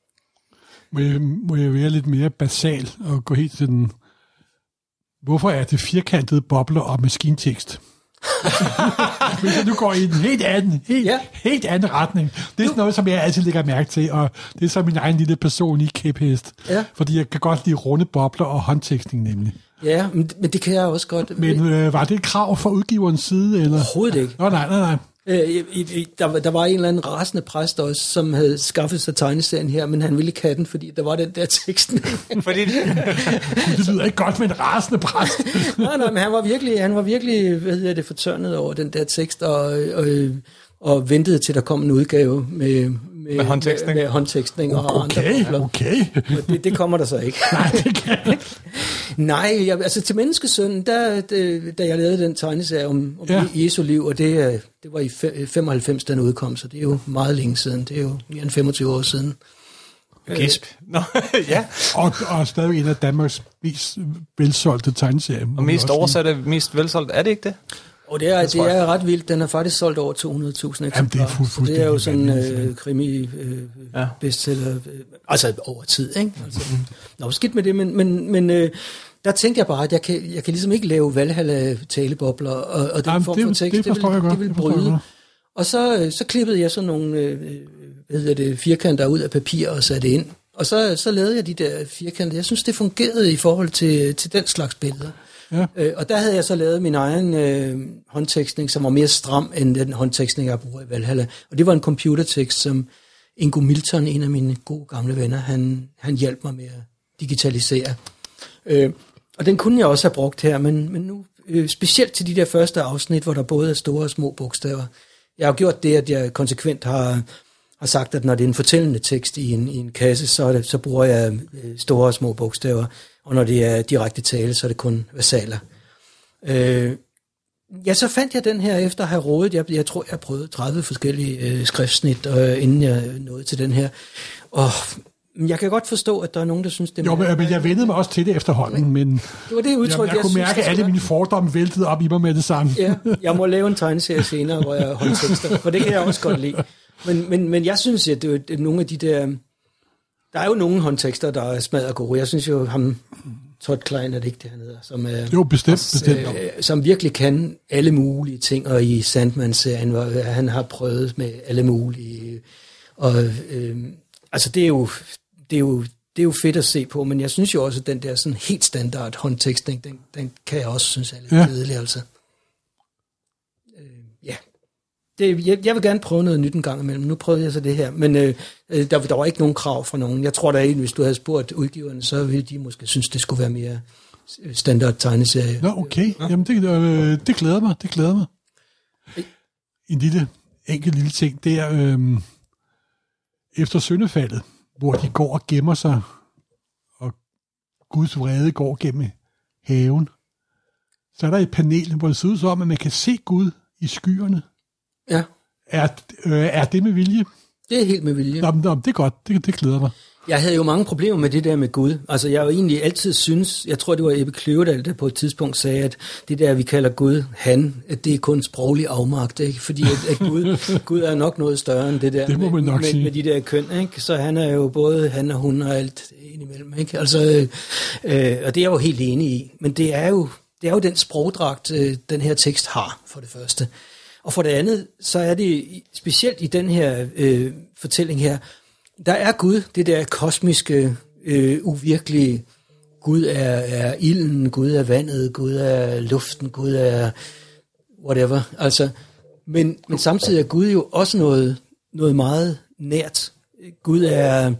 Må jeg, må jeg være lidt mere basal og gå helt til den... Hvorfor er det firkantede bobler og maskintekst? Hvis jeg nu går i en helt anden, helt, ja. helt anden retning. Det er sådan noget, som jeg altid lægger mærke til, og det er så min egen lille personlige kæphest. Ja. Fordi jeg kan godt lide runde bobler og håndtekstning nemlig. Ja, men, men det kan jeg også godt. Men øh, var det et krav fra udgiverens side? Eller? Overhovedet ikke. Nå, nej, nej, nej. Øh, der, der var en eller anden rasende præst også, som havde skaffet sig tegneserien her, men han ville ikke have den, fordi der var den der teksten. Fordi det... det lyder ikke godt med en rasende præst. nej, nej, men han var virkelig, han var virkelig hvad hedder det, fortørnet over den der tekst, og, og, og ventede til, der kom en udgave med, med, med håndtekstning, med, med håndtekstning og okay, andre. Okay, okay. Det, det kommer der så ikke. Nej, det kan ikke. Nej, jeg, altså til Menneskesønnen, der, det, da jeg lavede den tegneserie om, om ja. Jesu liv, og det, det var i femoghalvfems, den udkom, så det er jo meget længe siden. Det er jo mere end femogtyve år siden. Gisp. Nå, ja. Og, og stadig en af Danmarks mest velsolgte tegneserier. Og mest oversatte, mest velsolgt, er det ikke det? Og det er, det er ret vildt. Den har faktisk solgt over to hundrede tusind eksemplarer. Jamen, det er, fu- det er jo sådan en øh, krimi øh, ja. bestseller. Øh, altså over tid, ikke? Altså, nå, skidt med det, men, men, men øh, der tænkte jeg bare, at jeg kan, jeg kan ligesom ikke lave Valhalla-talebobler, og, og den Jamen, form det, for tekst, det, det, det, vil, det vil bryde. Og så, så klippede jeg sådan nogle øh, hvad hedder det, firkanter ud af papir og satte ind. Og så, så lavede jeg de der firkanter. Jeg synes, det fungerede i forhold til, til den slags billeder. Ja. Øh, og der havde jeg så lavet min egen øh, håndtekstning, som var mere stram end den håndtekstning, jeg bruger i Valhalla. Og det var en computertekst, som Ingo Milton, en af mine gode gamle venner, han, han hjalp mig med at digitalisere. Øh, og den kunne jeg også have brugt her, men, men nu øh, specielt til de der første afsnit, hvor der både er store og små bogstaver. Jeg har gjort det, at jeg konsekvent har, har sagt, at når det er en fortællende tekst i en, i en kasse, så, er det, så bruger jeg øh, store og små bogstaver. Og når det er direkte tale, så er det kun versaler. Øh, ja, så fandt jeg den her efter at have rådet. Jeg, jeg tror, jeg prøvede tredive forskellige øh, skriftsnit, øh, inden jeg nåede til den her. Og jeg kan godt forstå, at der er nogen, der synes, det er... Jo, men, men jeg vendede mig også til det efterhånden, men det var det udtryk, jeg, jeg, jeg kunne mærke, at alle mine fordomme væltede op i mig med det samme. Ja, jeg må lave en tegneserie senere, hvor jeg holder tekster, for det kan jeg også godt lide. Men, men, men jeg synes, at det er nogle af de der... Der er jo nogle håndtekster, der er smadret gode. Jeg synes jo, ham, Todd Klein, er det ikke det, han hedder? Som, er, jo, bestemt. bestemt. Øh, som virkelig kan alle mulige ting, og i Sandman-serien, hvor han har prøvet med alle mulige. Og, øh, altså, det er, jo, det, er jo, det er jo fedt at se på, men jeg synes jo også, at den der sådan helt standard håndtekstning, den, den kan jeg også synes er lidt ja. kedelig, altså. Øh, ja. Det, jeg, jeg vil gerne prøve noget nyt en gang imellem. Nu prøvede jeg så det her, men øh, der, der var ikke nogen krav fra nogen. Jeg tror da ikke, hvis du havde spurgt udgiverne, så ville de måske synes, det skulle være mere standard tegneserie. Nå, okay. Ja. Jamen, det, øh, det glæder mig. Det glæder mig. En lille, enkelt lille ting, det er øh, efter syndefaldet, hvor de går og gemmer sig, og Guds vrede går gennem haven. Så er der et panel, hvor det ser ud som, at man kan se Gud i skyerne. Ja. Er, øh, er det med vilje? Det er helt med vilje. Nå, nå, det er godt. Det, det glæder mig. Jeg havde jo mange problemer med det der med Gud. Altså, jeg har jo egentlig altid synes, jeg tror, det var Ebbe Kløvedal, der på et tidspunkt sagde, at det der, vi kalder Gud, han, at det er kun sproglig afmagt, ikke? Fordi at, at Gud, Gud er nok noget større end det der det må man nok med, sige. med, med de der køn, ikke? Så han er jo både han og hun og alt indimellem, ikke? Altså, øh, og det er jeg jo helt enig i. Men det er jo, det er jo den sprogdragt, øh, den her tekst har, for det første. Og for det andet, så er det specielt i den her øh, fortælling her, der er Gud, det der kosmiske, øh, uvirkelige. Gud er, er ilden, Gud er vandet, Gud er luften, Gud er whatever. Altså, men, men samtidig er Gud jo også noget, noget meget nært. Gud er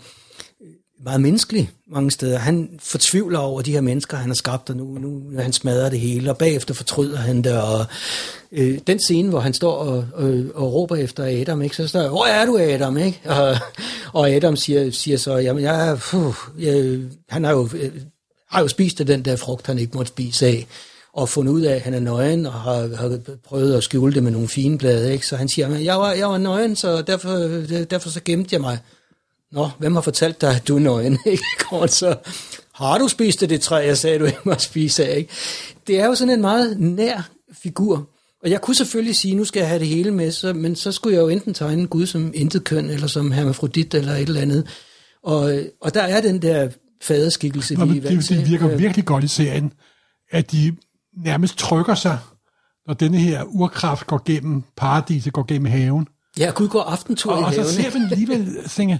meget menneskelig mange steder. Han fortvivler over de her mennesker, han har skabt, og nu, nu han smadrer det hele, og bagefter fortryder han det, og øh, den scene, hvor han står og, og, og råber efter Adam, ikke? Så står der, hvor er du, Adam, ikke? Og, og Adam siger, siger så, jamen, jeg, puh, jeg, han har jo, har jo spist af den der frugt, han ikke måtte spise af, og fundet ud af, at han er nøgen, og har, har prøvet at skjule det med nogle fine blade, ikke? Så han siger, jeg var, jeg var nøgen, så derfor, derfor så gemte jeg mig. Nå, hvem har fortalt dig, at du er nøgen, ikke? Og så har du spist af det træ, jeg sagde, du ikke må spise af, ikke? Det er jo sådan en meget nær figur. Og jeg kunne selvfølgelig sige, nu skal jeg have det hele med, så, men så skulle jeg jo enten tegne Gud som intet køn, eller som hermafrodit, eller et eller andet. Og, og der er den der faderskikkelse, Nå, vi er det, det virker virkelig godt i serien, at de nærmest trykker sig, når denne her urkraft går gennem paradiset, går gennem haven. Ja, Gud går aftentur og, i og haven. Og så ser man alligevel, tænker,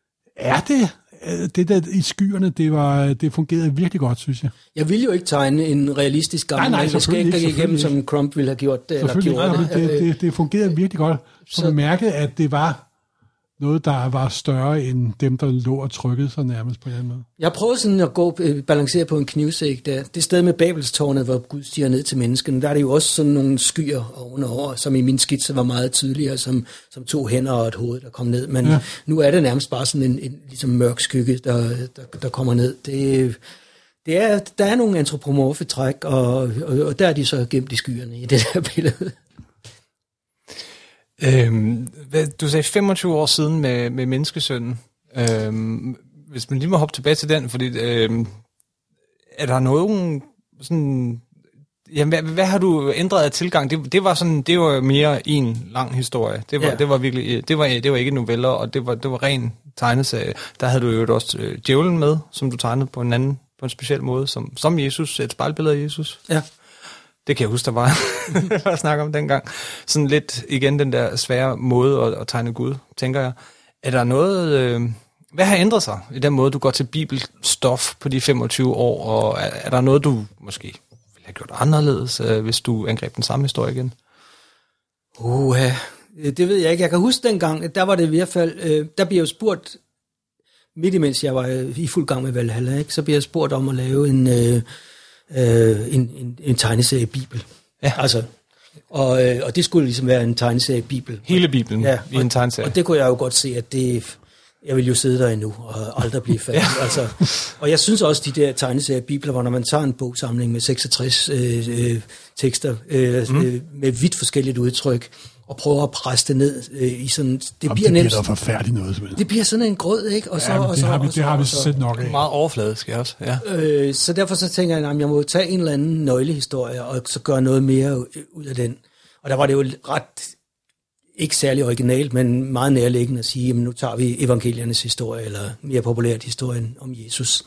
er det det der i skyerne, det, var, det fungerede virkelig godt, synes jeg. Jeg ville jo ikke tegne en realistisk gammel nej, nej, mand, skal ikke igennem, som ikke. Crump ville have gjort det. Eller gjort nej, det, det, det, det fungerede virkelig godt. Så, så man mærkede, at det var noget, der var større end dem, der lå og trykkede sig nærmest på en måde. Jeg prøvede sådan at gå øh, balancere på en knivsæk der. Det sted med Babelstårnet, hvor Gud stiger ned til menneskene, der er det jo også sådan nogle skyer ovenover, som i min skitse var meget tydeligere, som, som to hænder og et hoved, der kom ned. Men ja. Nu er det nærmest bare sådan en, en ligesom mørk skygge, der, der, der kommer ned. Det, Det er, der er nogle antropomorfe træk, og, og, og der er de så gemt i skyerne i det der billede. Øhm, hvad, du sagde femogtyve år siden med, med Menneskesønnen. Øhm, hvis man lige må hoppe tilbage til den, fordi øhm, er der nogen sådan... Jamen, hvad, hvad har du ændret af tilgang? Det, det var sådan, det var mere en lang historie. Det var, ja. det var virkelig, det var, det var ikke noveller, og det var, det var ren tegneserie. Der havde du jo også øh, djævlen med, som du tegnede på en anden, på en speciel måde, som, som Jesus, et spejlbillede af Jesus. Ja. Det kan jeg huske, der var at snakke om dengang. Sådan lidt igen den der svære måde at, at tegne Gud, tænker jeg. Er der noget... Øh, hvad har ændret sig i den måde, du går til bibelstof på de femogtyve år, og er, er der noget, du måske ville have gjort anderledes, øh, hvis du angreb den samme historie igen? Uh, det ved jeg ikke. Jeg kan huske dengang, der var det i hvert fald... Øh, der bliver jo spurgt, midt imens jeg var i fuld gang med Valhalla, ikke, så bliver jeg spurgt om at lave en... Øh, Øh, en, en, en tegneserie Bibel. Ja. Altså, og, øh, og det skulle ligesom være en tegneserie Bibel. Hele Bibelen ja, i en tegneserie. Og det kunne jeg jo godt se, at det, jeg vil jo sidde der endnu og aldrig blive færdig. ja. altså, og jeg synes også, de der tegneserie Bibler, hvor når man tager en bogsamling med seksogtres øh, øh, tekster øh, mm. øh, med vidt forskelligt udtryk, og prøver at presse det ned øh, i sådan... Det Jamen, bliver det nemt. bliver da forfærdigt noget, simpelthen. Det bliver sådan en grød, ikke? Og så, ja, og det så, har vi, og så, det har vi og så, set nok af. Meget overfladisk også, ja. Øh, så derfor så tænker jeg, at jeg må tage en eller anden nøglehistorie, og så gøre noget mere ud af den. Og der var det jo ret, ikke særlig originalt, men meget nærliggende at sige, at nu tager vi evangeliernes historie, eller mere populært historien om Jesus.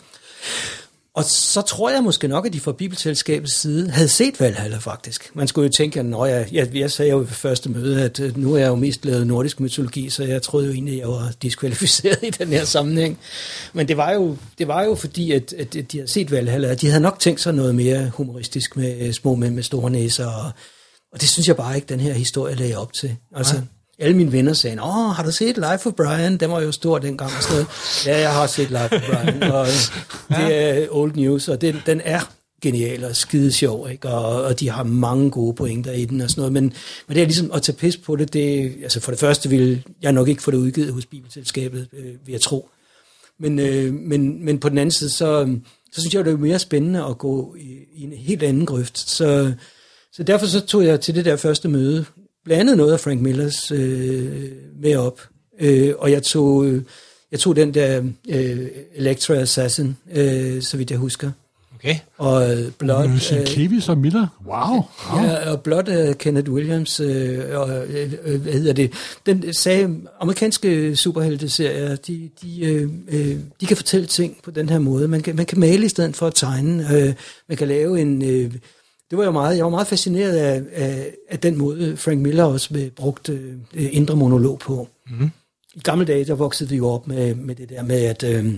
Og så tror jeg måske nok, at de fra Bibelselskabets side havde set Valhalla faktisk. Man skulle jo tænke, at når jeg, jeg, jeg sagde jo ved første møde, at nu er jeg jo mest lavet nordisk mytologi, så jeg troede jo egentlig, at jeg var diskvalificeret i den her sammenhæng. Men det var jo, det var jo fordi, at, at de havde set Valhalla, og de havde nok tænkt sig noget mere humoristisk med små mænd med store næser, og, og det synes jeg bare ikke, den her historie lagde op til. Altså, ja. Alle mine venner sagde, åh, har du set Life of Brian? Den var jo stor dengang. Og sådan noget. Ja, jeg har set Life of Brian, og det er old news, og den, den er genial og skide sjov, ikke? Og, og de har mange gode pointer i den og sådan noget, men, men det er ligesom at tage pis på det, det, altså for det første vil jeg nok ikke få det udgivet hos Bibelselskabet, øh, vil jeg tro. Men, øh, men, men på den anden side, så, så synes jeg, det er mere spændende at gå i, i en helt anden grøft. Så, så derfor så tog jeg til det der første møde, blandt andet noget af Frank Millers øh, med op, øh, og jeg tog, øh, jeg tog den der øh, Electra Assassin, øh, så vidt jeg husker. Okay. Og øh, Blood... Øh, Sienkiewicz og Miller? Wow. wow. Ja, og Blood af Kenneth Williams, øh, og øh, hvad hedder det? Den sagde, amerikanske superhelteserier, de, de, øh, øh, de kan fortælle ting på den her måde. Man kan, man kan male i stedet for at tegne. Øh, man kan lave en... Øh, Det var jo meget, jeg var meget fascineret af, af, af den måde, Frank Miller også brugte øh, indre monolog på. Mm-hmm. I gamle dage, der voksede vi jo op med, med det der med, at... Øh,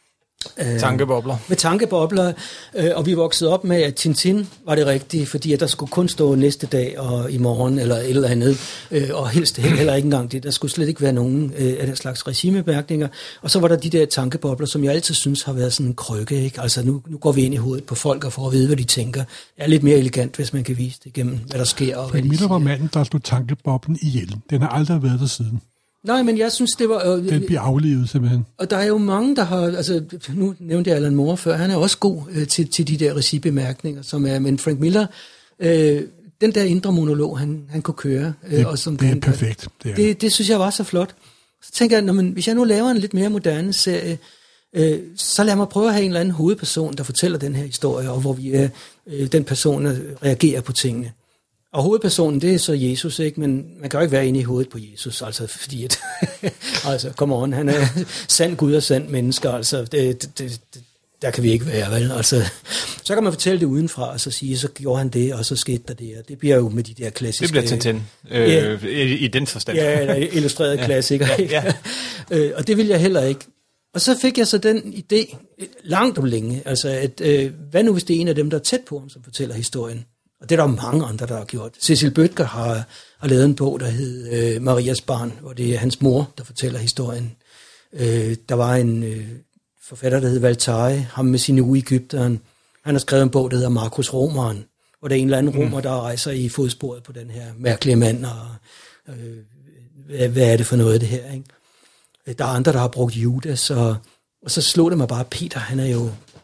tankebobler. Med tankebobler, øh, og vi voksede op med, at Tintin var det rigtige, fordi at der skulle kun stå næste dag og i morgen, eller et eller andet, øh, og helst heller ikke engang det. Der skulle slet ikke være nogen øh, af den slags regimebemærkninger. Og så var der de der tankebobler, som jeg altid synes har været sådan en krykke, ikke? Altså nu, nu går vi ind i hovedet på folk og får at vide, hvad de tænker. Det er lidt mere elegant, hvis man kan vise det gennem, hvad der sker. Og hvad Miller var manden, der slog tankeboblen ihjel. Den har aldrig været der siden. Nej, men jeg synes, det var... Øh, Den bliver aflevet, simpelthen. Og der er jo mange, der har... Altså, nu nævnte jeg Alan Moore før. Han er også god øh, til, til de der regibemærkninger, som er... Men Frank Miller, øh, den der indre monolog, han, han kunne køre... Øh, det, og som det er han, perfekt. Det, er. Det, det synes jeg var så flot. Så tænker jeg, når man, hvis jeg nu laver en lidt mere moderne serie, øh, så lad mig prøve at have en eller anden hovedperson, der fortæller den her historie, og hvor vi er, øh, den person reagerer på tingene. Og hovedpersonen, det er så Jesus, ikke? Men man kan jo ikke være inde i hovedet på Jesus, altså fordi at, altså, come on, han er sand Gud og sand menneske, altså, det, det, det, der kan vi ikke være, vel? Altså, så kan man fortælle det udenfra, og så sige, så gjorde han det, og så skete der det, og det bliver jo med de der klassiske... Det bliver Tintin, øh, ja, i, i den forstand. Ja, eller illustrerede ja, klassikere, ja, ja. øh, og det vil jeg heller ikke. Og så fik jeg så den idé, langt om længe, altså, at øh, hvad nu hvis det er en af dem, der er tæt på ham, som fortæller historien? Og det er der mange andre, der har gjort. Cecil Bødker har, har lavet en bog, der hed øh, Marias barn, hvor det er hans mor, der fortæller historien. Øh, der var en øh, forfatter, der hed Valtari, ham med sine uge i Egypteren. Han har skrevet en bog, der hedder Markus Romeren, hvor der er en eller anden romer, der rejser i fodsporet på den her mærkelige mand, og øh, hvad, hvad er det for noget, det her, ikke? Der er andre, der har brugt Judas, og, og så slog det mig bare, Peter, han er jo...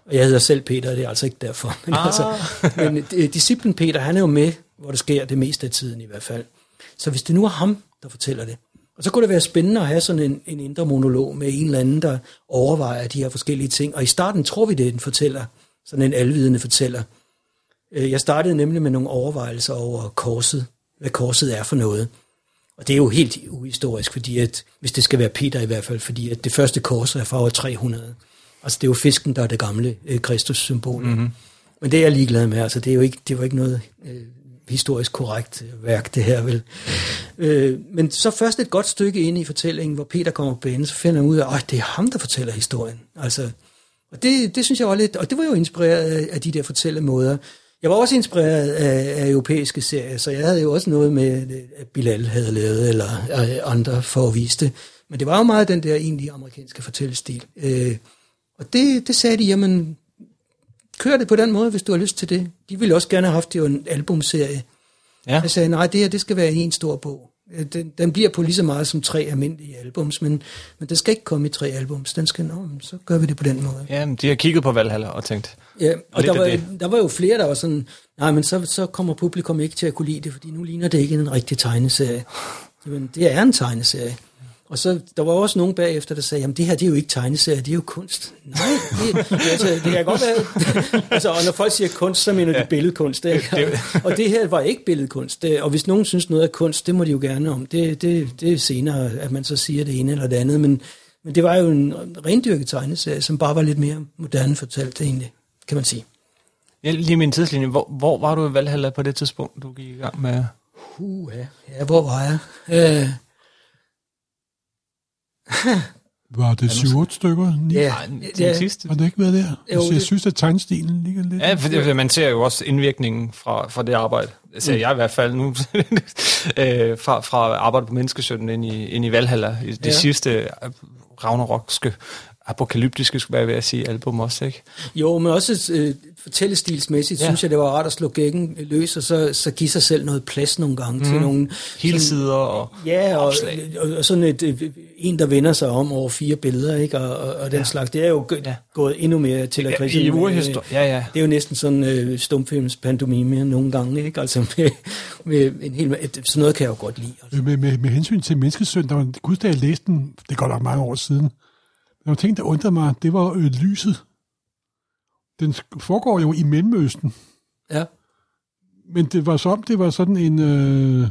Og jeg hedder selv Peter, det er altså ikke derfor. Men, ah. altså, men disciplen Peter, han er jo med, hvor det sker det meste af tiden i hvert fald. Så hvis det nu er ham, der fortæller det, og så kunne det være spændende at have sådan en, en indre monolog med en eller anden, der overvejer de her forskellige ting. Og i starten tror vi, det er en fortæller, sådan en alvidende fortæller. Jeg startede nemlig med nogle overvejelser over korset, hvad korset er for noget. Og det er jo helt uhistorisk, fordi at, hvis det skal være Peter i hvert fald, fordi at det første kors er fra år tre hundrede. Altså det er jo fisken, der er det gamle øh, Kristus-symbol. Mm-hmm. Men det er jeg ligeglad med, altså det er jo ikke, det var ikke noget øh, historisk korrekt værk, det her vel. Øh, men så først et godt stykke inde i fortællingen, hvor Peter kommer på banen, så finder han ud af, at det er ham, der fortæller historien. Altså, og det, det synes jeg var lidt, og det var jo inspireret af, af de der fortællemåder. Jeg var også inspireret af, af europæiske serier, så jeg havde jo også noget med, at Bilal havde lavet, eller andre for at vise det. Men det var jo meget den der egentlig amerikanske fortællestil. Øh, og det, det sagde de, jamen, kør det på den måde, hvis du har lyst til det. De ville også gerne have haft det jo en albumserie. Ja. Jeg sagde, nej, det her, det skal være en stor bog. Den, den bliver på lige så meget som tre almindelige albums, men, men den skal ikke komme i tre albums. Den skal, nå, så gør vi det på den måde. Ja, de har kigget på Valhalla og tænkt. Ja, og, og der, var, der var jo flere, der var sådan, nej, men så, så kommer publikum ikke til at kunne lide det, fordi nu ligner det ikke en rigtig tegneserie. Men det er en tegneserie. Og så, der var også nogen bagefter, der sagde, jamen det her, det er jo ikke tegneserie, det er jo kunst. Nej, det, det, altså, det kan godt være, altså, og når folk siger kunst, så mener de ja. billedkunst. Ikke? Og, og det her var ikke billedkunst. Det, og hvis nogen synes noget er kunst, det må de jo gerne om. Det, det, det er senere, at man så siger det ene eller det andet, men, men det var jo en rendyrket tegneserie, som bare var lidt mere moderne fortalt egentlig, kan man sige. Ja, lige min tidslinje, hvor, hvor var du i Valhalla på det tidspunkt, du gik i gang med? Uh, ja. ja, hvor var jeg? Øh, Var det syv otte stykker? ni? Ja, ja. Den sidste. Har det ikke været der? Jo, altså, jeg synes, at tegnestilen ligger lidt... Ja, for man ser jo også indvirkningen fra, fra det arbejde. Det ser mm. jeg i hvert fald nu. øh, fra, fra arbejde på Menneskesønnen ind i, ind i Valhalla. Det ja. sidste ragnarokske, apokalyptiske, skulle jeg ved at sige, album også, ikke? Jo, men også øh, fortællestilsmæssigt, ja. synes jeg, det var rart at slå gækken løs, og så, så give sig selv noget plads nogle gange mm. til nogle... Hele sider og ja, og, og, og sådan et, et, en, der vender sig om over fire billeder, ikke? Og, og, og den ja. slags. Det er jo g- ja. gået endnu mere til at ja, i urhistorie. Ja, ja. Det er jo næsten sådan øh, stumfilms pantomime nogle gange, ikke? Altså med, med en hel... Et, sådan noget kan jeg jo godt lide. Altså. Med, med, med hensyn til Menneskesøn, der var en gud, da jeg læste den, det går nok mange år siden. Der var ting, der undrede mig, det var øh, lyset. Den foregår jo i Mellemøsten. Ja. Men det var som, det var sådan en øh,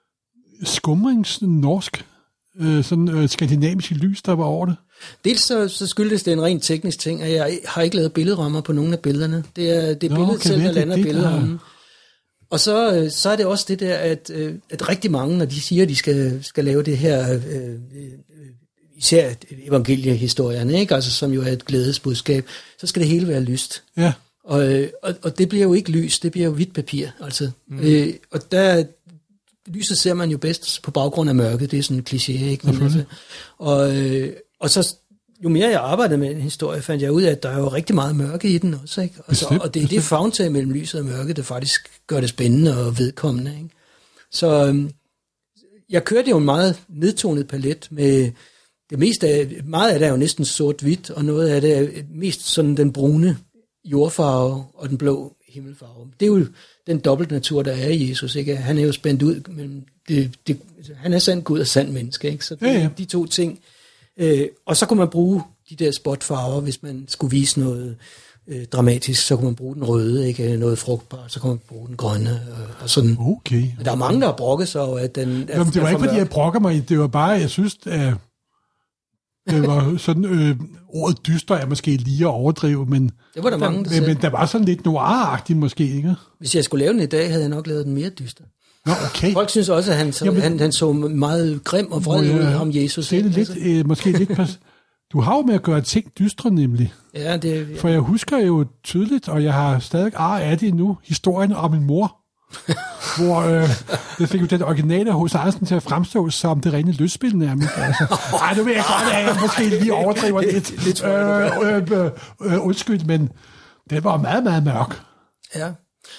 skumringsnorsk, øh, sådan øh, skandinavisk lys, der var over det. Dels så, så skyldes det en rent teknisk ting, at jeg har ikke lavet billedrammer på nogen af billederne. Det er, det er billedet okay, selv, der lander billedrammen. Og så, så er det også det der, at, at rigtig mange, når de siger, at de skal, skal lave det her... Øh, især evangeliehistorierne, ikke? Altså, som jo er et glædesbudskab, så skal det hele være lyst. Ja. Og, og, og det bliver jo ikke lys, det bliver jo hvidt papir. Altså. Mm. Øh, og der, lyset ser man jo bedst på baggrund af mørket, det er sådan en kliché, ikke? Men altså, og, og så, jo mere jeg arbejdede med en historie, fandt jeg ud af, at der er jo rigtig meget mørke i den også, ikke? Altså, bestemt, og det er bestemt. Det favntag mellem lyset og mørket, der faktisk gør det spændende og vedkommende, ikke? Så øhm, jeg kørte jo en meget nedtonet palet med det meste af, meget af det er jo næsten sort-hvidt, og noget af det er mest sådan den brune jordfarve og den blå himmelfarve. Det er jo den dobbelt natur, der er i Jesus, ikke? Han er jo spændt ud mellem det, det, han er sand Gud og sand menneske, ikke? Så det, ja, ja. de to ting. Øh, og så kunne man bruge de der spotfarver, hvis man skulle vise noget øh, dramatisk, så kunne man bruge den røde, ikke? Noget frugtbart, så kunne man bruge den grønne, og, og sådan. Okay. Men der er mange, der har brokket sig over, at den er, Jamen, det var er ikke, fordi jeg brokker mig, det var bare, jeg synes, at det var sådan, øh, ordet dyster er måske lige at overdrive, men, det var der, mange, der men, men der var sådan lidt noir-agtigt måske, ikke? Hvis jeg skulle lave den i dag, havde jeg nok lavet den mere dyster. Nå, okay. Folk synes også, at han så, Jamen, han, han så meget grim og vred ud om Jesus. Det er lidt, øh, måske lidt pas. Du har jo med at gøre ting dystre, nemlig. Ja, det... Ja. For jeg husker jo tydeligt, og jeg har stadig ar af det nu, historien om min mor. hvor øh, det fik jo den originale hos Andersen til at fremstå som det rene lystspil nærmest. Altså. Ej, nu vil jeg godt, at jeg måske lige overdriver lidt. Det, det øh, øh, øh, øh, undskyld, men det var meget, meget mørk. Ja.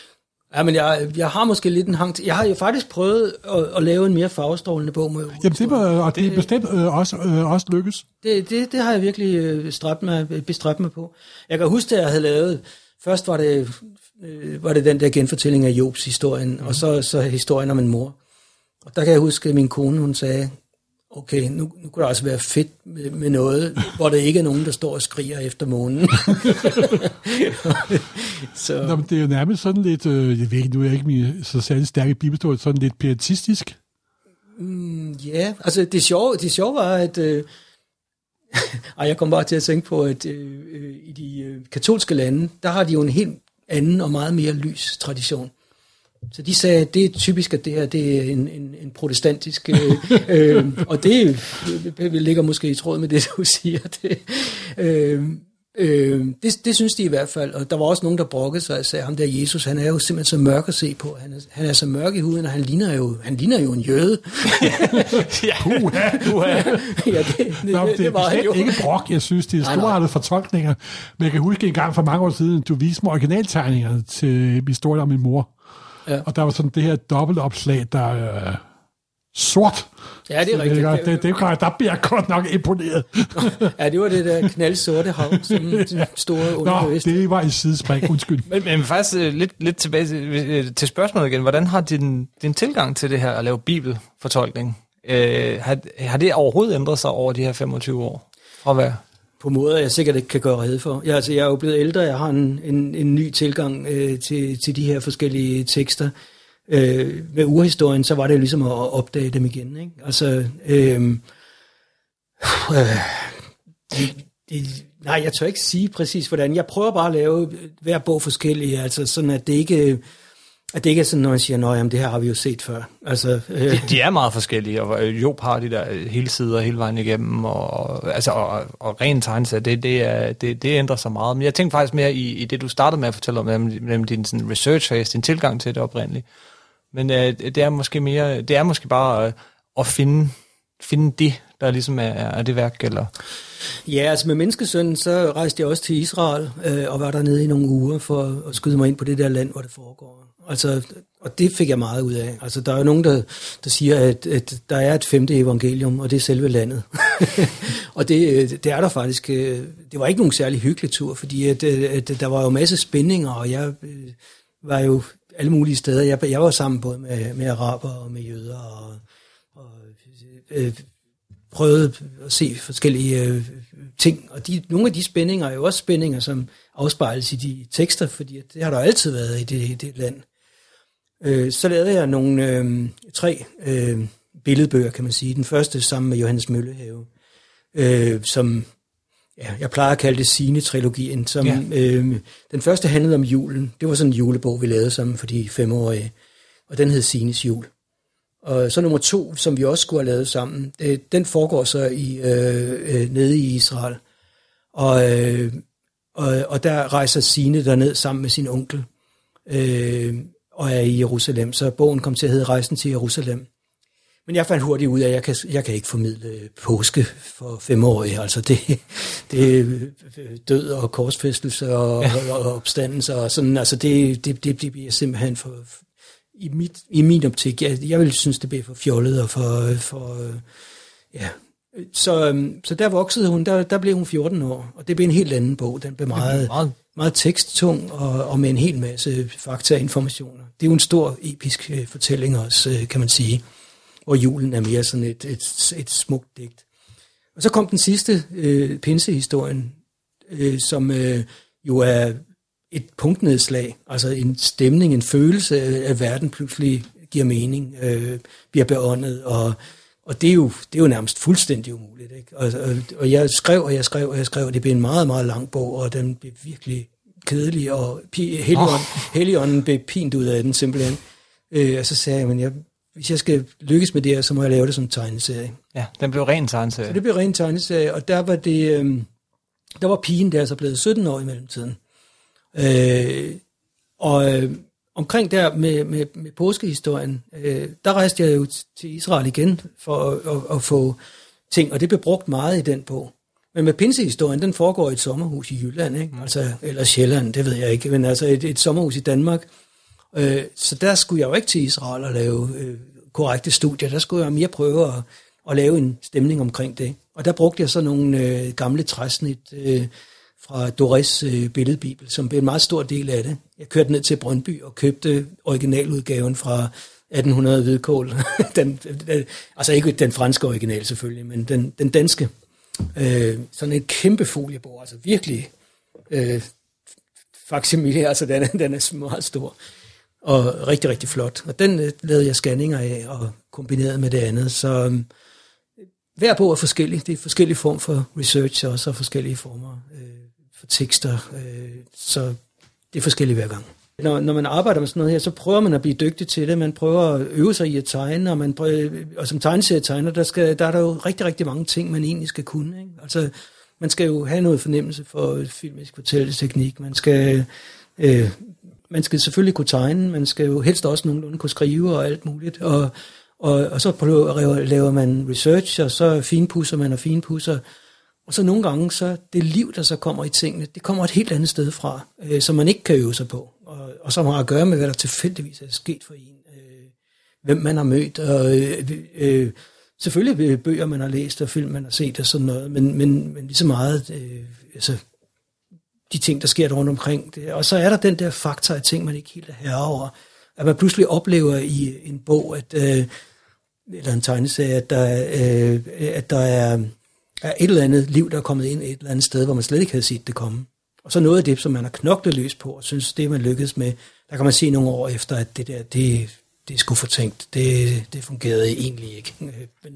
Ja, men jeg, jeg har måske lidt en hang til... Jeg har jo faktisk prøvet at, at lave en mere farvestrålende bog med... Jamen, det var, og det er bestemt øh, også, øh, også lykkes. Det, det, det har jeg virkelig øh, stræbt mig, bestræbt mig på. Jeg kan huske, at jeg havde lavet... Først var det, øh, var det den der genfortælling af Jobs historien, mm. og så, så historien om en mor. Og der kan jeg huske, at min kone, hun sagde... Okay, nu, nu kunne det altså være fedt med, med noget, hvor der ikke er nogen, der står og skriger efter månen. så. Nå, men det er jo nærmest sådan lidt, øh, jeg ved ikke, nu er jeg ikke min, så særlig stærke bibelhistorie, sådan lidt pietistisk. Mm, ja, altså det sjove, det sjove var, at øh, ej, jeg kom bare til at tænke på, at øh, i de øh, katolske lande, der har de jo en helt anden og meget mere lys tradition. Så de sagde, at det er typisk, at det her det er en, en, en protestantisk, øh, øh, og det øh, ligger måske i tråd med det, du siger. Det, øh, øh, det, det synes de i hvert fald, og der var også nogen, der brokkede sig og sagde, ham der Jesus, han er jo simpelthen så mørk at se på. Han er, han er så mørk i huden, og han ligner jo, han ligner jo en jøde. Puha, puha. Ja, det, det, Nå, det, det var han jo. Ikke brok, jeg synes, det er storartede fortolkninger. Men jeg kan huske en gang for mange år siden, du viste mig originaltegningerne til historien om min mor. Ja. Og der var sådan det her dobbeltopslag, der er øh, sort. Ja, det er rigtigt. Det, det, det, det, der bliver jeg godt nok imponeret. Ja, det var det der knaldsorte hav, som den store underbevidst. Nå, det var et sidespring, undskyld. men, men faktisk uh, lidt, lidt tilbage til, til spørgsmålet igen. Hvordan har din, din tilgang til det her at lave bibelfortolkning? Uh, har, har det overhovedet ændret sig over de her femogtyve år? Fra hvad? På måder, jeg sikkert ikke kan gøre rede for. Jeg, altså, jeg er jo blevet ældre, jeg har en, en, en ny tilgang øh, til, til de her forskellige tekster. Øh, med urhistorien, så var det jo ligesom at opdage dem igen. Ikke? Altså, øh, øh, det, det, nej, jeg tør ikke sige præcis hvordan. Jeg prøver bare at lave hver bog forskellige, altså sådan, at det ikke... At det ikke er sådan, når man siger, at det her har vi jo set før. Altså, øh. de, de er meget forskellige, og Job har de der hele sider hele vejen igennem, og, altså, og, og ren tegnesæt, det, det, er, det, det ændrer sig meget. Men jeg tænkte faktisk mere i, i det, du startede med at fortælle om, nemlig din sådan, research phase, din tilgang til det oprindeligt. Men øh, det er måske mere, det er måske bare øh, at finde, finde det, der ligesom er, er det værk, eller... Ja, altså med Menneskesønnen, så rejste jeg også til Israel, øh, og var dernede i nogle uger for at skyde mig ind på det der land, hvor det foregår. Altså, og det fik jeg meget ud af. Altså, der er jo nogen, der, der siger, at, at der er et femte evangelium, og det er selve landet. Og det, det er der faktisk. Det var ikke nogen særlig hyggelig tur, fordi at, at der var jo masse spændinger, og jeg var jo alle mulige steder. Jeg, jeg var sammen både med, med araber og med jøder, og, og øh, prøvede at se forskellige øh, ting. Og de, nogle af de spændinger er jo også spændinger, som afspejles i de tekster, fordi det har der altid været i det, det land. Øh, så lavede jeg nogle øh, tre øh, billedbøger, kan man sige. Den første sammen med Johannes Møllehave, øh, som ja, jeg plejer at kalde det Signe-trilogien. Som, ja. øh, den første handlede om julen. Det var sådan en julebog, vi lavede sammen for de femårige. Og den hed Signes jul. Og så nummer to, som vi også skulle have lavet sammen, øh, den foregår så i, øh, øh, nede i Israel. Og, øh, og, og der rejser Signe derned sammen med sin onkel. Øh, og er i Jerusalem, så bogen kom til at hedde Rejsen til Jerusalem. Men jeg fandt hurtigt ud af, at jeg kan, jeg kan ikke formidle påske for femårige. Altså det, det er død og korsfæstelse og, ja. og, og opstandelse og sådan. Altså det, det, det, det bliver simpelthen for, i, mit, i min optik, jeg, jeg vil synes, det bliver for fjollet og for, for ja. Så, så der voksede hun, der, der blev hun fjorten år, og det blev en helt anden bog. Den blev meget, meget, meget teksttung og, og med en hel masse fakta og informationer. Det er jo en stor episk øh, fortælling også, øh, kan man sige, hvor julen er mere sådan et, et, et smukt digt. Og så kom den sidste, øh, pinsehistorien, øh, som øh, jo er et punktnedslag, altså en stemning, en følelse af, at verden pludselig giver mening, øh, bliver beåndet, og Og det er, jo, det er jo nærmest fuldstændig umuligt. Ikke? Og, og, og jeg skrev, og jeg skrev, og jeg skrev, og det blev en meget, meget lang bog, og den blev virkelig kedelig, og Helligånden, oh. Helligånden blev pint ud af den simpelthen. Øh, og så sagde jeg, men jeg, hvis jeg skal lykkes med det her, så må jeg lave det som tegneserie. Ja, den blev ren tegneserie. Så det blev ren tegneserie, og der var det, øh, der var pigen der så blevet sytten år i mellemtiden. Øh, og øh, omkring der med, med, med påskehistorien, øh, der rejste jeg jo til Israel igen for at, at, at få ting, og det blev brugt meget i den bog. Men med pinsehistorien, den foregår i et sommerhus i Jylland, ikke? Altså, eller Sjælland, det ved jeg ikke, men altså et, et sommerhus i Danmark. Øh, så der skulle jeg jo ikke til Israel og lave øh, korrekte studier. Der skulle jeg mere prøve at, at lave en stemning omkring det. Og der brugte jeg så nogle øh, gamle træsnit øh, fra Dorés øh, billedbibel, som blev en meget stor del af det. Jeg kørte ned til Brøndby og købte originaludgaven fra atten hundrede hvidkål. den, den, altså ikke den franske original selvfølgelig, men den, den danske. Øh, sådan et kæmpe foliebord, altså virkelig øh, facsimile, altså den, den er meget stor. Og rigtig, rigtig flot. Og den øh, lavede jeg scanninger af og kombinerede med det andet. Så øh, hver bog er forskellig. Det er forskellige former for research også, og forskellige former øh, for tekster. Øh, så det er forskelligt hver gang. Når, når man arbejder med sådan noget her, så prøver man at blive dygtig til det. Man prøver at øve sig i at tegne, og, man prøver, og som tegneserietegner, der, skal, der er der jo rigtig, rigtig mange ting, man egentlig skal kunne. Ikke? Altså, man skal jo have noget fornemmelse for filmisk fortælleteknik. Man skal, øh, man skal selvfølgelig kunne tegne, man skal jo helst også nogenlunde kunne skrive og alt muligt. Og, og, og så prøver, laver man research, og så finpudser man og finpudser. Og så nogle gange, så det liv, der så kommer i tingene, det kommer et helt andet sted fra, øh, som man ikke kan øve sig på. Og, og som har at gøre med, hvad der tilfældigvis er sket for en. Øh, hvem man har mødt, og øh, øh, selvfølgelig bøger, man har læst, og film, man har set, og sådan noget, men, men, men lige så meget, øh, altså, de ting, der sker rundt omkring det. Og så er der den der faktor af ting, man ikke helt er herre over. At man pludselig oplever i en bog, at, øh, eller en tegneserie, at der, øh, at der er... er et eller andet liv, der er kommet ind et eller andet sted, hvor man slet ikke havde set det komme. Og så noget af det, som man har knoklet løs på, og synes, det man lykkedes med, der kan man se nogle år efter, at det der, det, det er sgu fortænkt. Det, det fungerede egentlig ikke. Men,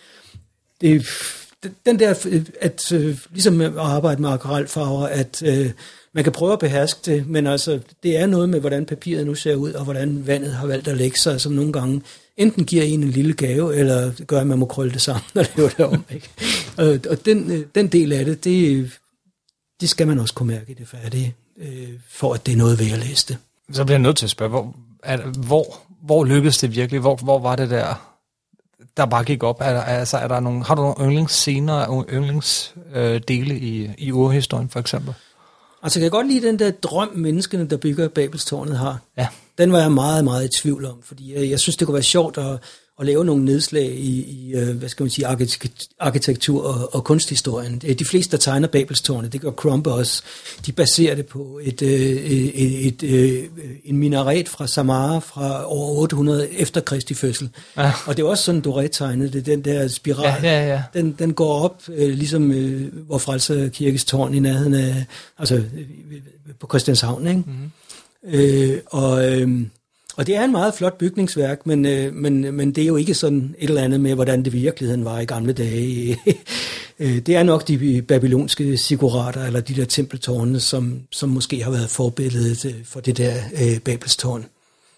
det, den der, at ligesom at arbejde med akvarelfarver, at man kan prøve at beherske det, men altså, det er noget med, hvordan papiret nu ser ud, og hvordan vandet har valgt at lægge sig, som nogle gange enten giver en en lille gave, eller gør, at man må krølle det sammen og lave det om. Ikke? Og, og den, den del af det, det, det skal man også kunne mærke i det færdige, for at det er noget ved at læse det. Så bliver jeg nødt til at spørge, hvor, er, hvor, hvor lykkedes det virkelig? Hvor, hvor var det der, der bare gik op? Er der, altså, er der nogle, har du nogle yndlingsscener, yndlingsdele øh, i, i urhistorien for eksempel? Altså, kan jeg godt lide den der drøm, menneskene, der bygger Babelstårnet, har. Ja. Den var jeg meget, meget i tvivl om, fordi jeg, jeg synes, det kunne være sjovt at, at lave nogle nedslag i, i hvad skal man sige, arkitektur og, og kunsthistorien. De fleste, der tegner Babelstårnet, det gør Crumb også. De baserer det på et, et, et, et, en minaret fra Samara fra år otte hundrede efter Kristi fødsel. Ja. Og det er også sådan, Doré tegnede det, den der spiral. Ja, ja, ja. Den, den går op, ligesom hvor Frelser Kirkes tårn i nærheden af, altså på Christianshavn, ikke? Mm-hmm. Øh, og, øh, og det er en meget flot bygningsværk, men, øh, men, men det er jo ikke sådan et eller andet med, hvordan det i virkeligheden var i gamle dage. Det er nok de babylonske ziggurater, eller de der tempeltårne, som, som måske har været forbilledet for det der øh, Babelstårn.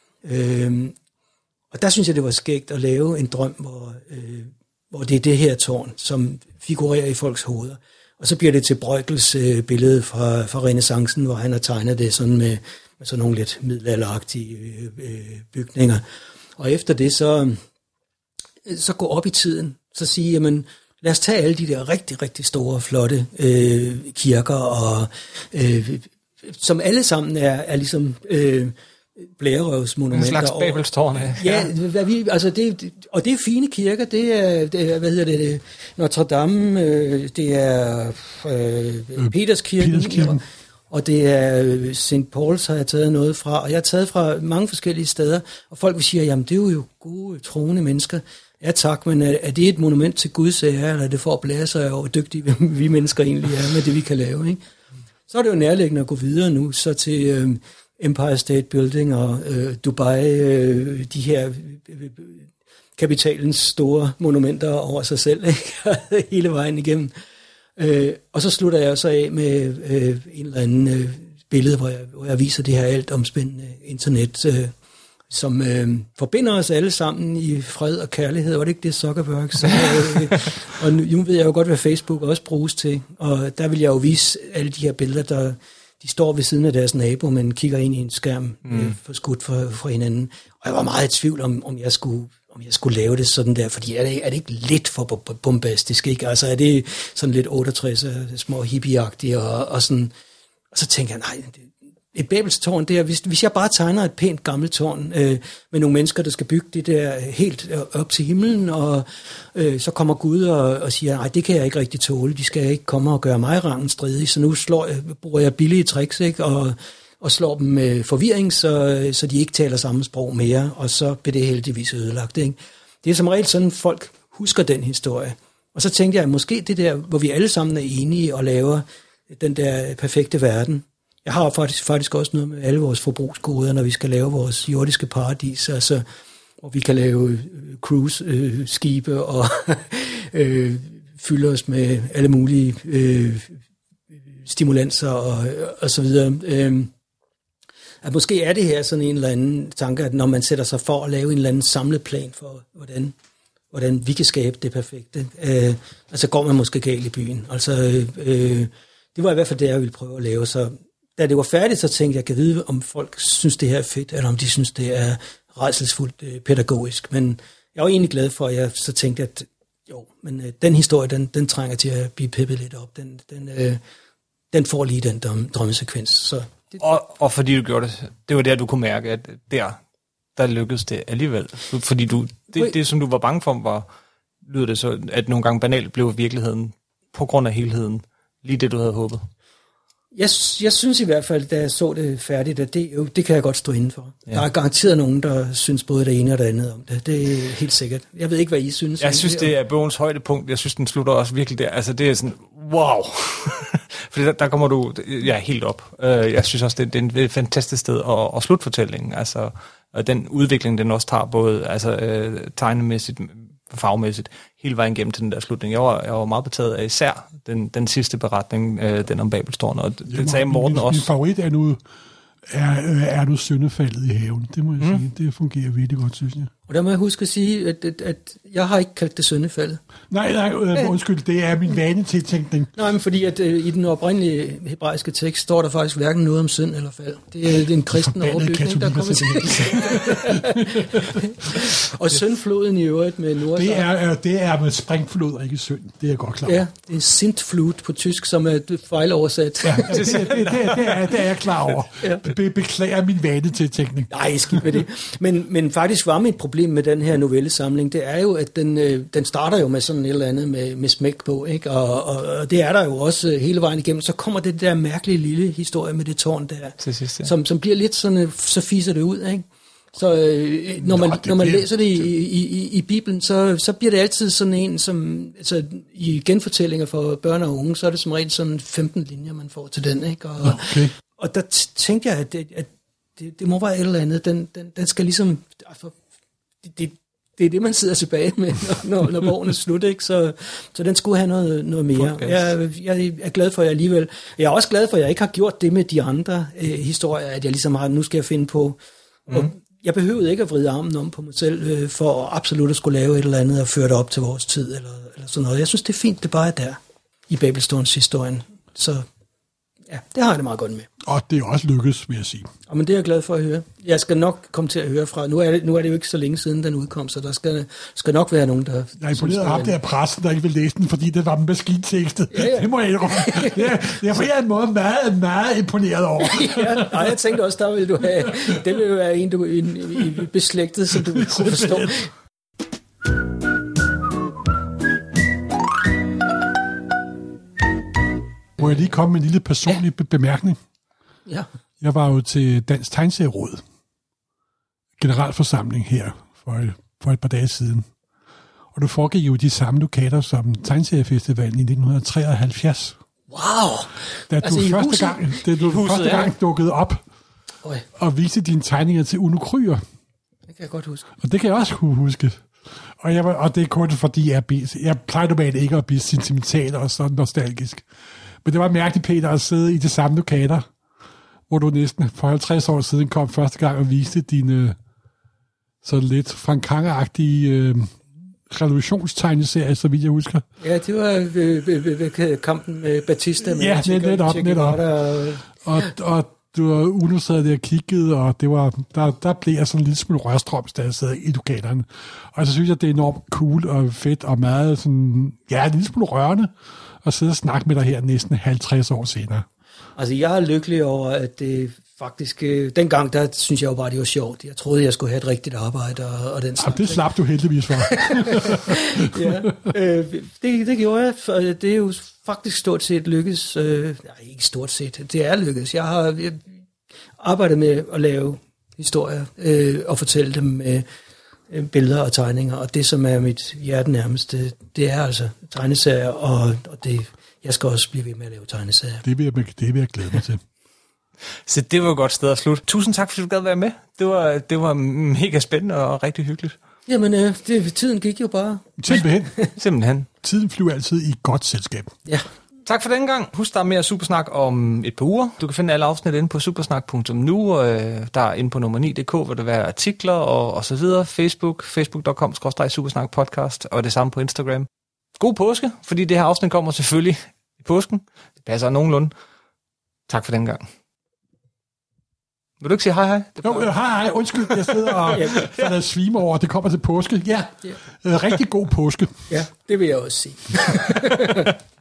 Øh, og der synes jeg, det var skægt at lave en drøm, hvor, øh, hvor det er det her tårn, som figurerer i folks hoveder. Og så bliver det til Bruegels øh, billede fra, fra renæssancen, hvor han har tegnet det sådan med med sådan nogle lidt middelalderagtige øh, bygninger. Og efter det, så, så gå op i tiden, så sige, jamen, lad os tage alle de der rigtig, rigtig store, flotte øh, kirker, og, øh, som alle sammen er, er ligesom øh, blærerøvsmonumenter. En slags Babelstårn. Ja, ja hvad vi, altså det, og det er fine kirker, det er, det er hvad hedder det, det Notre Dame, øh, det er øh, Peterskirken, Peterskirken. Og det er Saint Pauls, har jeg taget noget fra, og jeg har taget fra mange forskellige steder, og folk vil sige, jamen det er jo gode, troende mennesker. Ja tak, men er, er det et monument til Guds ære, eller er det for at blære sig over, hvor dygtige vi mennesker egentlig er med det, vi kan lave, ikke? Så er det jo nærliggende at gå videre nu, så til øh, Empire State Building og øh, Dubai, øh, de her øh, kapitalens store monumenter over sig selv, ikke? Hele vejen igennem. Øh, og så slutter jeg så af med øh, en eller anden øh, billede, hvor jeg, hvor jeg viser det her alt omspændende internet, øh, som øh, forbinder os alle sammen i fred og kærlighed. Var det ikke det, Zuckerberg sagde? øh, og nu, nu ved jeg jo godt, hvad Facebook også bruges til. Og der vil jeg jo vise alle de her billeder, der de står ved siden af deres nabo, men kigger ind i en skærm mm. øh, for skudt for, for hinanden. Og jeg var meget i tvivl om, om jeg skulle... om jeg skulle lave det sådan der, fordi er det, er det ikke lidt for bombastisk, ikke? Altså er det sådan lidt otteogtres, små hippieagtigt, og, og sådan, og så tænker jeg, nej, det, et Babels tårn, det er, hvis, hvis jeg bare tegner et pænt gammelt tårn øh, med nogle mennesker, der skal bygge det der helt op til himlen, og øh, så kommer Gud og, og siger, nej, det kan jeg ikke rigtig tåle, de skal ikke komme og gøre mig rangen stridig, så nu slår jeg, bruger jeg billige tricks, ikke, og, og slår dem med forvirring, så, så de ikke taler samme sprog mere, og så bliver det heldigvis ødelagt. Ikke? Det er som regel sådan, folk husker den historie. Og så tænkte jeg, at måske det der, hvor vi alle sammen er enige og laver den der perfekte verden. Jeg har faktisk, faktisk også noget med alle vores forbrugsgoder, når vi skal lave vores jordiske paradis, altså, hvor vi kan lave cruise-skibe øh, og øh, fylde os med alle mulige øh, stimulanser og, og så videre. Øh, at måske er det her sådan en eller anden tanke, at når man sætter sig for at lave en eller anden samlet plan for, hvordan, hvordan vi kan skabe det perfekte, øh, altså går man måske galt i byen. Altså, øh, det var i hvert fald det, jeg ville prøve at lave. Så da det var færdigt, så tænkte jeg, jeg kan vide, om folk synes, det her er fedt, eller om de synes, det er rædselsfuldt øh, pædagogisk. Men jeg var egentlig glad for, at jeg så tænkte, at jo, men øh, den historie, den, den trænger til at blive pippet lidt op. Den, den, øh, den får lige den drøm, drømmesekvens. Så det, og, og fordi du gjorde det, det var der, du kunne mærke, at der, der lykkedes det alligevel. Fordi du, det, det, som du var bange for, var, lyder det så, at nogle gange banalt blev virkeligheden, på grund af helheden, lige det, du havde håbet. Jeg, jeg synes i hvert fald, da jeg så det færdigt, at det, jo, det kan jeg godt stå inden for. Ja. Der er garanteret nogen, der synes både det ene og det andet om det. Det er helt sikkert. Jeg ved ikke, hvad I synes. Jeg synes, det er bogens højdepunkt. Jeg synes, den slutter også virkelig der. Altså, det er sådan, wow! Fordi der, der kommer du ja, helt op. Jeg synes også, det, det er et fantastisk sted at, at slutte fortællingen. Altså, og den udvikling, den også tager både altså, tegnemæssigt, fagmæssigt, hele vejen igennem til den der slutning. Jeg var, jeg var meget betaget af især den, den sidste beretning, øh, den om Babelstårnet, og det, det sagde Morten min, også. Min favorit er nu, er, er nu syndefaldet i haven. Det må jeg mm. sige. Det fungerer virkelig godt, synes jeg. Og der må jeg huske at sige, at, at, at jeg har ikke kaldt det syndefaldet. Nej, nej, øh, undskyld, det er min vanetiltænkning. Nej, men fordi at øh, i den oprindelige hebraiske tekst står der faktisk hverken noget om synd eller fald. Det er, det er en kristen overbygning, der kommer til. Og syndfloden i øvrigt med Nordsjælland. Det er, det er med springflod og ikke synd. Det er jeg godt klar over. Ja, det er sintflut på tysk, som er fejloversat. Ja, det, det, det, det, det, er, det er jeg klar over. Ja. Be, beklager min vanetiltænkning. Nej, skidt med det. Men, men faktisk var mit problem med den her novellesamling, det er jo, at den, øh, den starter jo med sådan et eller andet med, med smæk på, ikke? Og, og, og det er der jo også hele vejen igennem. Så kommer det der mærkelige lille historie med det tårn der, til sidst, ja. som, som bliver lidt sådan, så fiser det ud, ikke? Så øh, når man, Nå, når man bliver... læser det i, i, i, i Bibelen, så, så bliver det altid sådan en, som altså, i genfortællinger for børn og unge, så er det som regel sådan femten linjer, man får til den, ikke? Og, okay. og der tænkte jeg, at, det, at det, det må være et eller andet. Den, den, den skal ligesom... Altså, det, det, det er det, man sidder tilbage med, når, når bogen er slut, ikke? Så, så den skulle have noget, noget mere. Jeg, jeg er glad for, at jeg alligevel... Jeg er også glad for, at jeg ikke har gjort det med de andre øh, historier, at jeg ligesom har, nu skal jeg finde på... Mm. Jeg behøvede ikke at vride armen om på mig selv, øh, for absolut at skulle lave et eller andet og føre det op til vores tid, eller, eller sådan noget. Jeg synes, det er fint, det bare er der, i Babelstårns-historien. Så ja, det har jeg det meget godt med. Og det er også lykkes, vil jeg sige. Og men det er jeg glad for at høre. Jeg skal nok komme til at høre fra. Nu er det, nu er det jo ikke så længe siden, den udkom, så der skal, skal nok være nogen, der... Jeg er imponeret af ham der pressen, der ikke vil læse den, fordi det var maskintekstet. Ja, ja. Det må jeg indrømme. Det er, det er på en måde meget, meget imponeret over. Ja, nej, jeg tænkte også, der ville du have... Det ville jo være en, du en, en beslægtet, som du kunne forstå. Må jeg lige komme med en lille personlig ja. bemærkning? Ja. Jeg var jo til Dansk Tegneserieråd, generalforsamling her for et, for et par dage siden. Og du foregik jo de samme lokaler som Tegneseriefestivalen i nitten treoghalvfjerds. Wow! Da du altså første gang, da du huset, første gang ja. dukkede op Oi. og viste dine tegninger til Uno Kryer. Det kan jeg godt huske. Og det kan jeg også huske. Og, jeg var, og det er kun fordi, jeg, jeg plejer normalt ikke at blive sentimental og så nostalgisk. Men det var mærkeligt, Peter, at sidde i det samme lokaler, hvor du næsten for halvtreds år siden kom første gang og viste dine så lidt frankangeragtige øh, revolutionstegneserier, så vidt jeg husker. Ja, det var ved, ved, ved, ved kampen med Batista. Med ja, net, netop, netop. Og, og, og du var Uno sad der og kiggede, og det var, der, der blev jeg sådan en lille smule rørstrøms, da jeg sad i lokalerne. Og så synes jeg, det er enormt cool og fedt og meget sådan, ja, en lille smule rørende at sidde og snakke med dig her næsten halvtreds år senere. Altså, jeg er lykkelig over, at det faktisk, øh, dengang, der synes jeg jo bare, det var sjovt. Jeg troede, jeg skulle have et rigtigt arbejde og, og den slags. Jamen, det slap du heldigvis for. ja, øh, det, det gjorde jeg, for det er jo faktisk stort set lykkes. Øh, nej, ikke stort set, det er lykkes. Jeg har jeg arbejdet med at lave historier øh, og fortælle dem med øh, billeder og tegninger, og det, som er mit hjerte nærmeste, det er altså tegneserier, og, og det, jeg skal også blive ved med at lave tegneserier. Det vil jeg, det vil jeg glæde mig til. Så det var et godt sted at slutte. Tusind tak, fordi du gad være med. Det var, det var mega spændende og rigtig hyggeligt. Jamen, øh, det, tiden gik jo bare. Simpelthen. Simpelthen. Tiden flyver altid i godt selskab. Ja. Tak for denne gang. Husk, der er mere Supersnak om et par uger. Du kan finde alle afsnit inde på supersnak punktum nu, og øh, der er inde på nummer ni punktum d k, hvor der vil være artikler og, og så videre. Facebook, facebook punktum com skråstreg supersnak podcast, og det samme på Instagram. God påske, fordi det her afsnit kommer selvfølgelig i påsken. Det passer nogenlunde. Tak for den gang. Vil du ikke sige hej hej? Jo, hej hej, undskyld, jeg sidder og ja. svimer over, det kommer til påske. Ja, ja. Rigtig god påske. Ja, det vil jeg også sige.